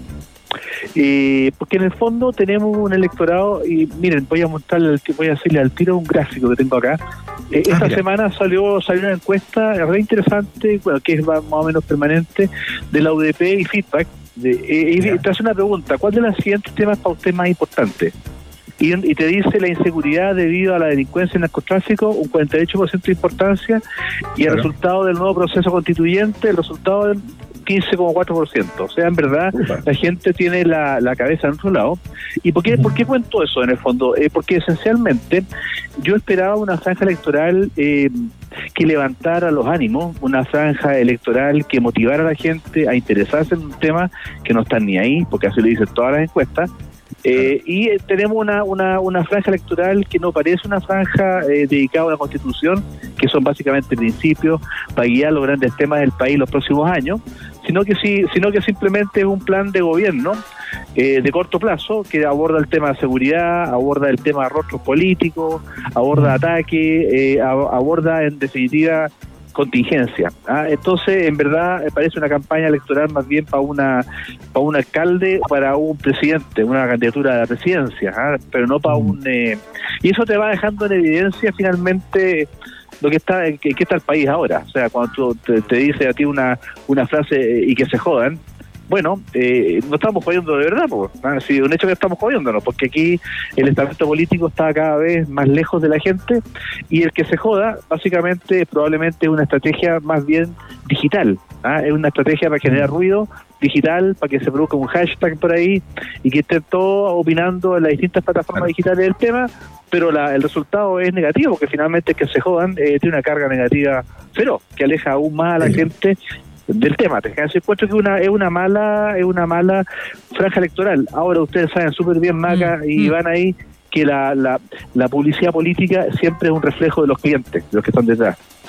Eh, porque en el fondo tenemos un electorado y miren, voy a mostrarle, voy a hacerle al tiro un gráfico que tengo acá. Eh, esta ah, semana salió salió una encuesta re interesante, bueno, que es más o menos permanente, de la U D P y Feedback. De, eh, y te hace una pregunta: ¿cuál de los siguientes temas para usted es más importante? Y, y te dice la inseguridad debido a la delincuencia y el narcotráfico, un cuarenta y ocho por ciento de importancia, y el resultado del nuevo proceso constituyente, el resultado del quince coma cuatro por ciento. O sea, en verdad, Ufa. la gente tiene la, la cabeza en otro lado. ¿Y por qué, por qué cuento eso en el fondo? Eh, porque esencialmente yo esperaba una franja electoral eh, que levantara los ánimos, una franja electoral que motivara a la gente a interesarse en un tema que no están ni ahí, porque así lo dicen todas las encuestas. Eh, y eh, tenemos una, una, una franja electoral que no parece una franja eh, dedicada a la Constitución, que son básicamente principios para guiar los grandes temas del país los próximos años, sino que sí, sino que simplemente es un plan de gobierno eh, de corto plazo que aborda el tema de seguridad, aborda el tema de rostros políticos, aborda ataque, eh, aborda en definitiva contingencia. ¿ah? Entonces, en verdad, parece una campaña electoral más bien para una para un alcalde, para un presidente, una candidatura a la presidencia, ¿ah? pero no para un... Eh, y eso te va dejando en evidencia finalmente lo que está en que, que está el país ahora. O sea, cuando tú, te, te dice a ti una, una frase eh, y que se jodan, bueno, eh, no estamos jodiendo de verdad, pues, ¿no? Sí, un hecho que estamos jodiéndonos, porque aquí el estamento político está cada vez más lejos de la gente y el que se joda, básicamente, probablemente es una estrategia más bien digital, ¿ah? Es una estrategia para generar ruido digital, para que se produzca un hashtag por ahí y que estén todos opinando en las distintas plataformas digitales del tema, pero la, el resultado es negativo, porque finalmente que se jodan eh, tiene una carga negativa feroz, que aleja aún más a la gente del tema. Te encuentro que una, es una mala es una mala franja electoral. Ahora ustedes saben súper bien, Maca mm, y van ahí, que la, la, la publicidad política siempre es un reflejo de los clientes, de los que están detrás.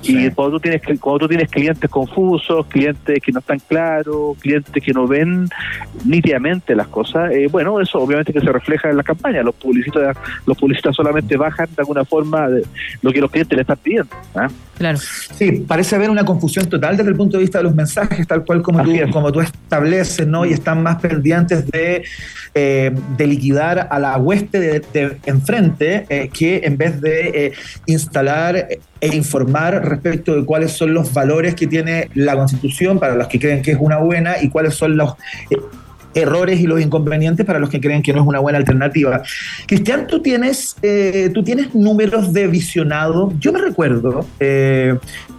Y cuando tú tienes cuando tú tienes clientes confusos, clientes que no están claros, clientes que no ven nítidamente las cosas, eh, bueno, eso obviamente que se refleja en la campaña. Los publicistas, los publicistas solamente bajan de alguna forma de lo que los clientes le están pidiendo. ¿eh? Claro. Sí, parece haber una confusión total desde el punto de vista de los mensajes, tal cual como, tú, como tú estableces, ¿no? Y están más pendientes de, eh, de liquidar a la hueste de, de enfrente eh, que en vez de eh, instalar e informar respecto de cuáles son los valores que tiene la Constitución para los que creen que es una buena y cuáles son los eh, errores y los inconvenientes para los que creen que no es una buena alternativa. Cristian, tú tienes, eh, tú tienes números de visionado. Yo me recuerdo eh,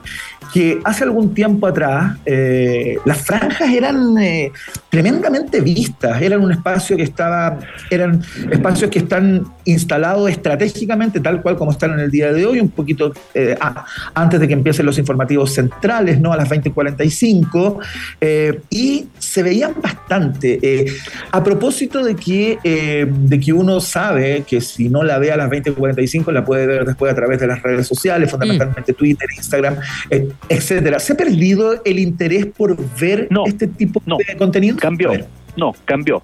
que hace algún tiempo atrás eh, las franjas eran eh, tremendamente vistas, eran un espacio que estaba, eran espacios que están instalados estratégicamente tal cual como están en el día de hoy, un poquito eh, ah, antes de que empiecen los informativos centrales, ¿no? A las veinte cuarenta y cinco, eh, y se veían bastante. Eh, a propósito de que, eh, de que uno sabe que si no la ve a las veinte cuarenta y cinco, la puede ver después a través de las redes sociales, fundamentalmente mm. Twitter, Instagram, eh, etcétera. ¿Se ha perdido el interés por ver no, este tipo no, de contenido? Cambió, no, cambió.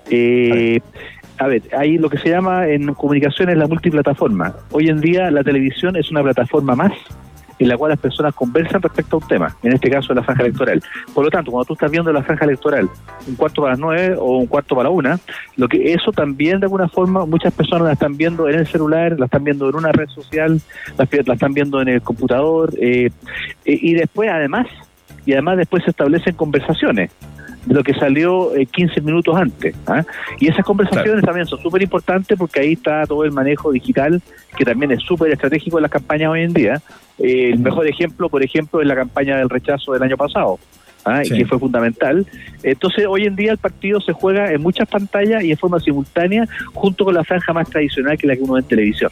Eh, a ver, hay lo que se llama en comunicaciones la multiplataforma. Hoy en día la televisión es una plataforma más en la cual las personas conversan respecto a un tema, en este caso la franja electoral. Por lo tanto, cuando tú estás viendo la franja electoral un cuarto para las nueve o un cuarto para la una, lo que eso también de alguna forma muchas personas la están viendo en el celular, la están viendo en una red social, la, la están viendo en el computador, eh, y después además, y además después se establecen conversaciones de lo que salió eh, quince minutos antes. ¿eh? Y esas conversaciones claro. también son súper importantes porque ahí está todo el manejo digital, que también es súper estratégico en las campañas hoy en día. Eh, el mejor ejemplo, por ejemplo, es la campaña del rechazo del año pasado, ¿eh? sí. que fue fundamental. Entonces, hoy en día el partido se juega en muchas pantallas y en forma simultánea, junto con la franja más tradicional que la que uno ve en televisión.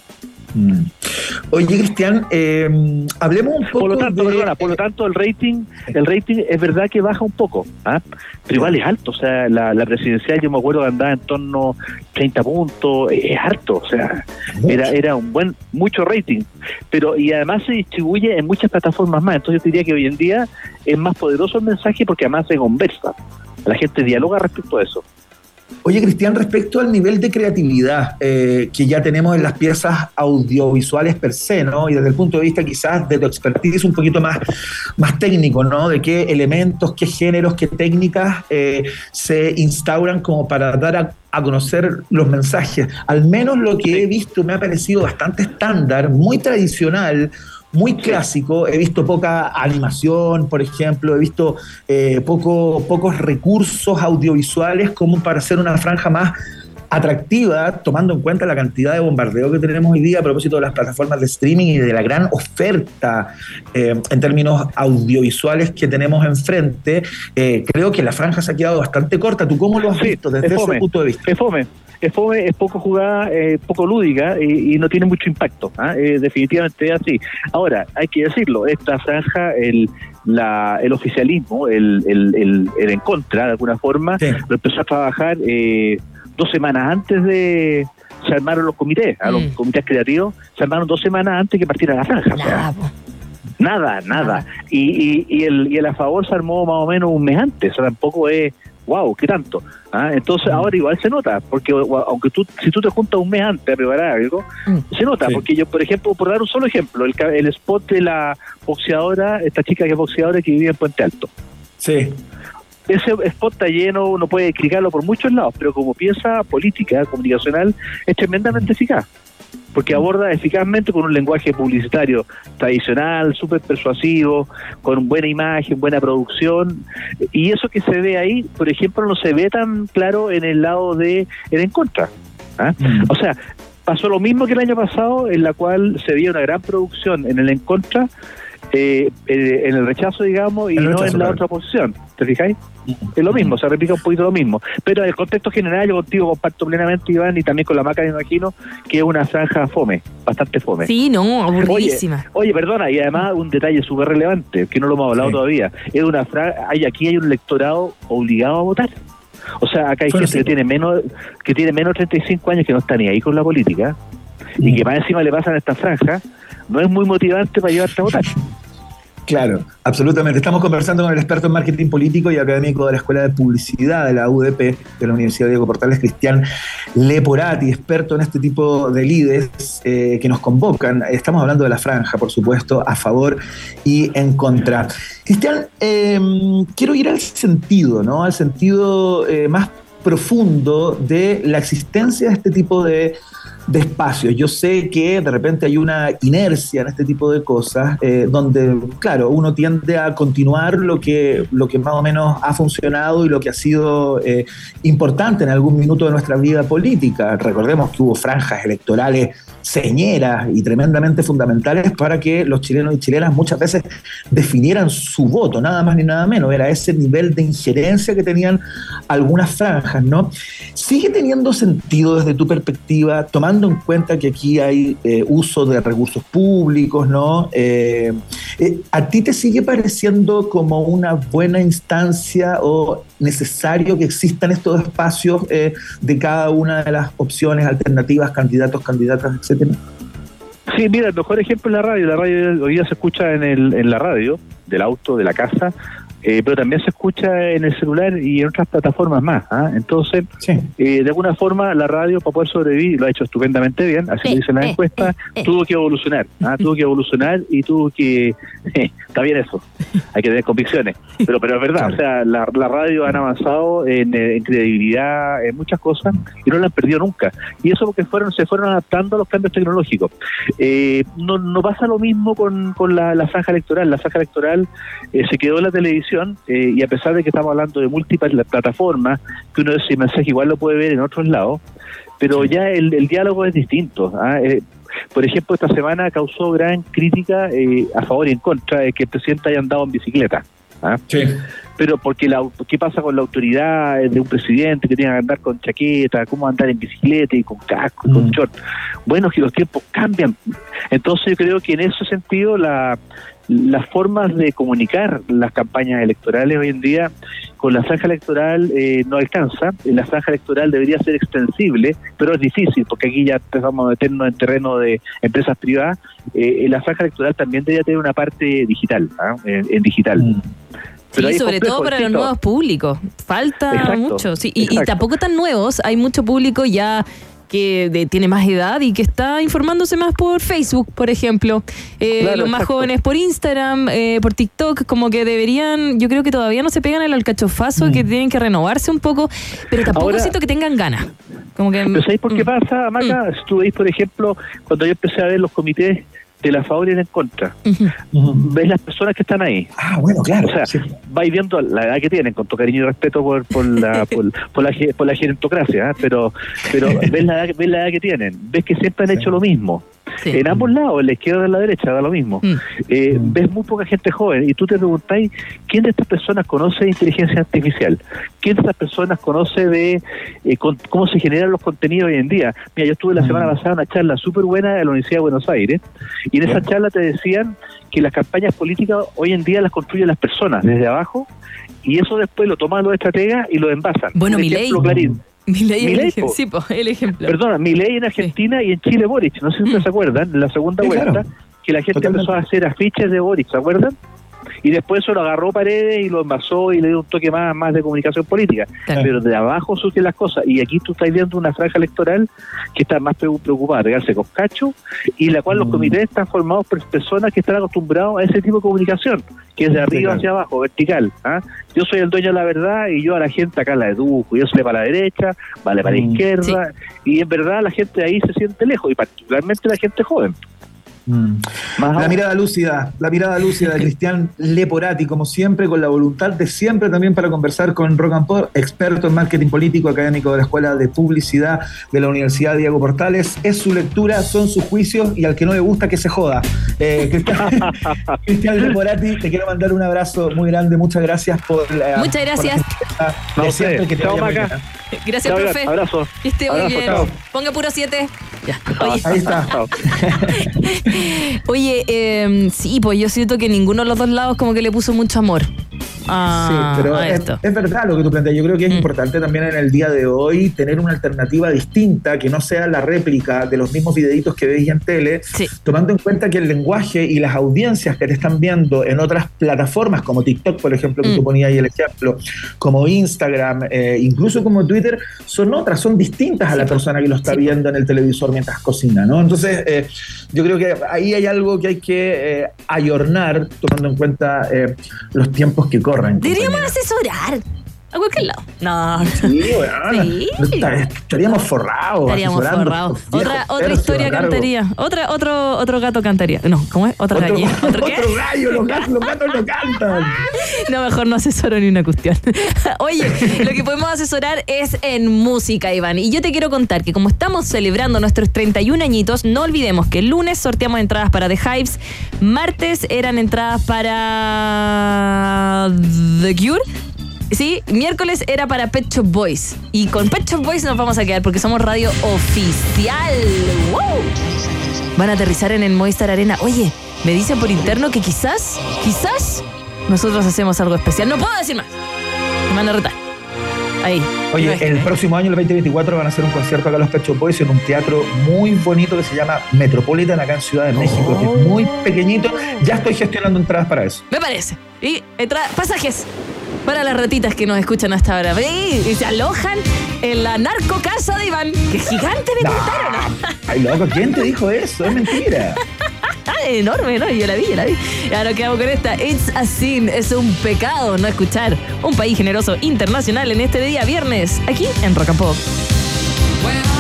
Mm. Oye, Cristian, eh, hablemos un poco por lo tanto, de... perdona, por lo tanto el rating el rating es verdad que baja un poco, ¿ah? pero igual es alto. O sea, la, la presidencial yo me acuerdo que andaba en torno a treinta puntos, es harto, o sea, era era un buen, mucho rating, pero y además se distribuye en muchas plataformas más. Entonces yo diría que hoy en día es más poderoso el mensaje porque además se conversa, la gente dialoga respecto a eso. Oye, Cristian, respecto al nivel de creatividad eh, que ya tenemos en las piezas audiovisuales per se, ¿no? Y desde el punto de vista quizás de tu expertise un poquito más, más técnico, ¿no? De qué elementos, qué géneros, qué técnicas eh, se instauran como para dar a, a conocer los mensajes. Al menos lo que he visto me ha parecido bastante estándar, muy tradicional, muy clásico. He visto poca animación, por ejemplo, he visto eh, poco, pocos recursos audiovisuales como para hacer una franja más atractiva, tomando en cuenta la cantidad de bombardeo que tenemos hoy día a propósito de las plataformas de streaming y de la gran oferta eh, en términos audiovisuales que tenemos enfrente. Eh, creo que la franja se ha quedado bastante corta. ¿Tú cómo lo has visto desde ese punto de vista? Es fome. Es fome, es poco jugada, eh, poco lúdica y, y no tiene mucho impacto. ¿eh? Eh, definitivamente es así. Ahora, hay que decirlo, esta franja, el la el oficialismo, el, el, el, el en contra, de alguna forma, sí. lo empezó a trabajar eh, dos semanas antes de... Se armaron los comités, mm. a los comités creativos, se armaron dos semanas antes que partiera la franja. Nada, o sea, nada, nada. Y, y, y, el, y el a favor se armó más o menos un mes antes, o sea, tampoco es... wow, ¿qué tanto? ¿Ah? Entonces ahora igual se nota, porque aunque tú, si tú te juntas un mes antes a preparar algo, mm. se nota, sí. porque yo, por ejemplo, por dar un solo ejemplo, el, el spot de la boxeadora, esta chica que es boxeadora que vivía en Puente Alto. Sí. Ese spot está lleno, uno puede explicarlo por muchos lados, pero como pieza política, comunicacional, es tremendamente eficaz. Porque aborda eficazmente con un lenguaje publicitario tradicional, súper persuasivo, con buena imagen, buena producción, y eso que se ve ahí, por ejemplo, no se ve tan claro en el lado de el en contra. ¿ah? Mm. O sea, pasó lo mismo que el año pasado, en la cual se veía una gran producción en el en contra, eh, eh, en el rechazo, digamos, y el no rechazo, en la claro. otra posición. ¿Te fijáis? Es lo mismo, se replica un poquito lo mismo. Pero en el contexto general, yo contigo comparto plenamente, Iván, y también con la Maca, me imagino, que es una franja fome, bastante fome. Sí, no, aburridísima. Oye, oye perdona, y además un detalle súper relevante, que no lo hemos hablado sí. todavía, es una franja, hay, aquí hay un electorado obligado a votar. O sea, acá hay bueno, gente sí. que tiene menos que tiene menos de treinta y cinco años que no está ni ahí con la política, mm. y que más encima le pasan esta franja no es muy motivante para llevarte a votar. Claro, absolutamente. Estamos conversando con el experto en marketing político y académico de la Escuela de Publicidad de la U D P, de la Universidad Diego Portales, Cristian Leporati, experto en este tipo de líderes eh, que nos convocan. Estamos hablando de la franja, por supuesto, a favor y en contra. Cristian, eh, quiero ir al sentido, ¿no? Al sentido eh, más profundo de la existencia de este tipo de de espacios. Yo sé que de repente hay una inercia en este tipo de cosas, eh, donde, claro, uno tiende a continuar lo que, lo que más o menos ha funcionado y lo que ha sido eh, importante en algún minuto de nuestra vida política. Recordemos que hubo franjas electorales señeras y tremendamente fundamentales para que los chilenos y chilenas muchas veces definieran su voto, nada más ni nada menos. Era ese nivel de injerencia que tenían algunas franjas, ¿no? ¿Sigue teniendo sentido desde tu perspectiva, tomando en cuenta que aquí hay eh, uso de recursos públicos, ¿no? Eh, eh, ¿A ti te sigue pareciendo como una buena instancia o necesario que existan estos espacios eh, de cada una de las opciones, alternativas, candidatos, candidatas, etcétera? Sí, mira, el mejor ejemplo es la radio. La radio hoy día se escucha en, el, en la radio, del auto, de la casa, eh, pero también se escucha en el celular y en otras plataformas más. ¿eh? Entonces, sí. eh, de alguna forma, la radio, para poder sobrevivir, lo ha hecho estupendamente bien, así lo dicen las encuestas, tuvo que evolucionar, ¿eh? tuvo que evolucionar y tuvo que... Eh, está bien eso, hay que tener convicciones, pero pero es verdad, claro. O sea, la, la radio han avanzado en, en credibilidad, en muchas cosas, y no la han perdido nunca. Y eso porque fueron se fueron adaptando a los cambios tecnológicos. Eh, no, no pasa lo mismo con, con la, la franja electoral. La franja electoral eh, se quedó en la televisión, eh, y a pesar de que estamos hablando de múltiples plataformas, que uno de ese mensaje igual lo puede ver en otros lados, pero ya el, el diálogo es distinto. ¿ah? Eh, por ejemplo, esta semana causó gran crítica eh, a favor y en contra de que el presidente haya andado en bicicleta. ¿ah? Sí. Pero porque la, ¿qué pasa con la autoridad de un presidente que tiene que andar con chaqueta? ¿Cómo andar en bicicleta y con casco y mm. con short? Bueno, que los tiempos cambian. Entonces yo creo que en ese sentido la las formas de comunicar las campañas electorales hoy en día con la franja electoral eh, no alcanza. La franja electoral debería ser extensible, pero es difícil porque aquí ya empezamos a meternos en terreno de empresas privadas. Eh, la franja electoral también debería tener una parte digital, ¿eh? en, en digital. Mm. Pero sí, sobre todo para los nuevos públicos. Falta exacto, mucho. Sí, y, y tampoco tan nuevos. Hay mucho público ya que de, tiene más edad y que está informándose más por Facebook, por ejemplo. Eh, claro, los más exacto. jóvenes por Instagram, eh, por TikTok, como que deberían, yo creo que todavía no se pegan el alcachofazo, mm. que tienen que renovarse un poco, pero tampoco Ahora, siento que tengan ganas. Como que, ¿pero sabéis por qué mm. pasa, Maca? Mm. Si tú veis, por ejemplo, cuando yo empecé a ver los comités de la favor y en contra, uh-huh. ves las personas que están ahí. Ah, bueno, claro. O sea, sí. vais viendo la edad que tienen, con tu cariño y respeto por por la por, por la por la gerontocracia, ¿eh? pero pero ves la edad, ves la edad que tienen, ves que siempre han sí. hecho lo mismo. Sí. En ambos lados, en la izquierda y en la derecha, da lo mismo. Mm. Eh, mm. Ves muy poca gente joven y tú te preguntáis, ¿quién de estas personas conoce de inteligencia artificial? ¿Quién de estas personas conoce de eh, con, cómo se generan los contenidos hoy en día? Mira, yo estuve la mm. semana pasada en una charla súper buena de la Universidad de Buenos Aires y en esa charla te decían que las campañas políticas hoy en día las construyen las personas desde abajo y eso después lo toman los estrategas y lo envasan. Bueno, Milei. Milei, el, ej- sí, po, el ejemplo. Perdona, Milei en Argentina sí. y en Chile Boric. No sé si ustedes mm. se acuerdan, en la segunda sí, vuelta, claro. que la gente Totalmente. empezó a hacer afiches de Boric, ¿se acuerdan? Y después eso lo agarró Paredes y lo envasó y le dio un toque más, más de comunicación política. Claro. Pero de abajo surgen las cosas. Y aquí tú estás viendo una franja electoral que está más preocupada de pegarse con cacho y la cual mm. los comités están formados por personas que están acostumbrados a ese tipo de comunicación, que es de arriba hacia abajo, vertical. ¿ah? Yo soy el dueño de la verdad y yo a la gente acá la educo. Y eso le para la derecha, vale para la mm. izquierda. Sí. Y en verdad la gente ahí se siente lejos y particularmente la gente joven. Mm. La mirada lúcida, la mirada lúcida de Cristian Leporati, como siempre, con la voluntad de siempre también para conversar con Rock and Pop, experto en marketing político, académico de la Escuela de Publicidad de la Universidad Diego Portales. Es su lectura, son sus juicios y al que no le gusta que se joda. Eh, Cristian, Cristian Leporati, te quiero mandar un abrazo muy grande, muchas gracias por la, muchas gracias por la siempre, que te chao, Maca. Gracias, chao, profe. Abrazo. Que esté abrazo, muy bien. Chao. Ponga puro siete. Ya. Oye. Ahí está. Oye, eh, sí, pues yo siento que ninguno de los dos lados como que le puso mucho amor. a, sí, pero a es, esto. Es verdad lo que tú planteas. Yo creo que es mm. importante también en el día de hoy tener una alternativa distinta que no sea la réplica de los mismos videitos que veis en tele, sí. tomando en cuenta que el lenguaje y las audiencias que te están viendo en otras plataformas como TikTok, por ejemplo, que mm. tú ponías ahí el ejemplo, como Instagram, eh, incluso como Twitter, son otras, son distintas a sí. la persona que lo está sí. viendo en el televisor mientras cocina, ¿no? Entonces, eh, yo creo que ahí hay algo que hay que eh, ayornar, tomando en cuenta eh, los tiempos que corren. Deberíamos asesorar a cualquier lado. No. Sí, bueno, sí. Estaríamos forrados. Estaríamos forrados. Otra, otra historia cantaría. Otra, otro, otro gato cantaría. No, ¿cómo es? Otra otro, gallina. ¿Otro, qué? Otro gallo. Los gatos, los gatos no cantan. No, mejor no asesoro ni una cuestión. Oye, lo que podemos asesorar es en música, Iván. Y yo te quiero contar que como estamos celebrando nuestros treinta y un añitos, no olvidemos que el lunes sorteamos entradas para The Hives, martes eran entradas para The Cure. Sí, miércoles era para Pet Shop Boys. Y con Pet Shop Boys nos vamos a quedar porque somos radio oficial. ¡Wow! Van a aterrizar en el Movistar Arena. Oye, me dicen por interno que quizás, quizás nosotros hacemos algo especial. No puedo decir más. Me van a retar. Ahí. Oye, el próximo año, el veinte veinticuatro, van a hacer un concierto acá los Pet Shop Boys en un teatro muy bonito que se llama Metropolitan, acá en Ciudad de México, oh. que es muy pequeñito. Ya estoy gestionando entradas para eso. Me parece. Y entra- pasajes para las ratitas que nos escuchan hasta ahora. Y se alojan en la narcocasa de Iván. ¡Qué gigante me no. contaron! Ay, loco, ¿quién te dijo eso? Es mentira. Enorme, ¿no? Yo la vi, yo la vi. Y ahora quedamos con esta. It's a sin. Es un pecado no escuchar Un País Generoso Internacional en este día viernes, aquí en Rock and Pop. Bueno.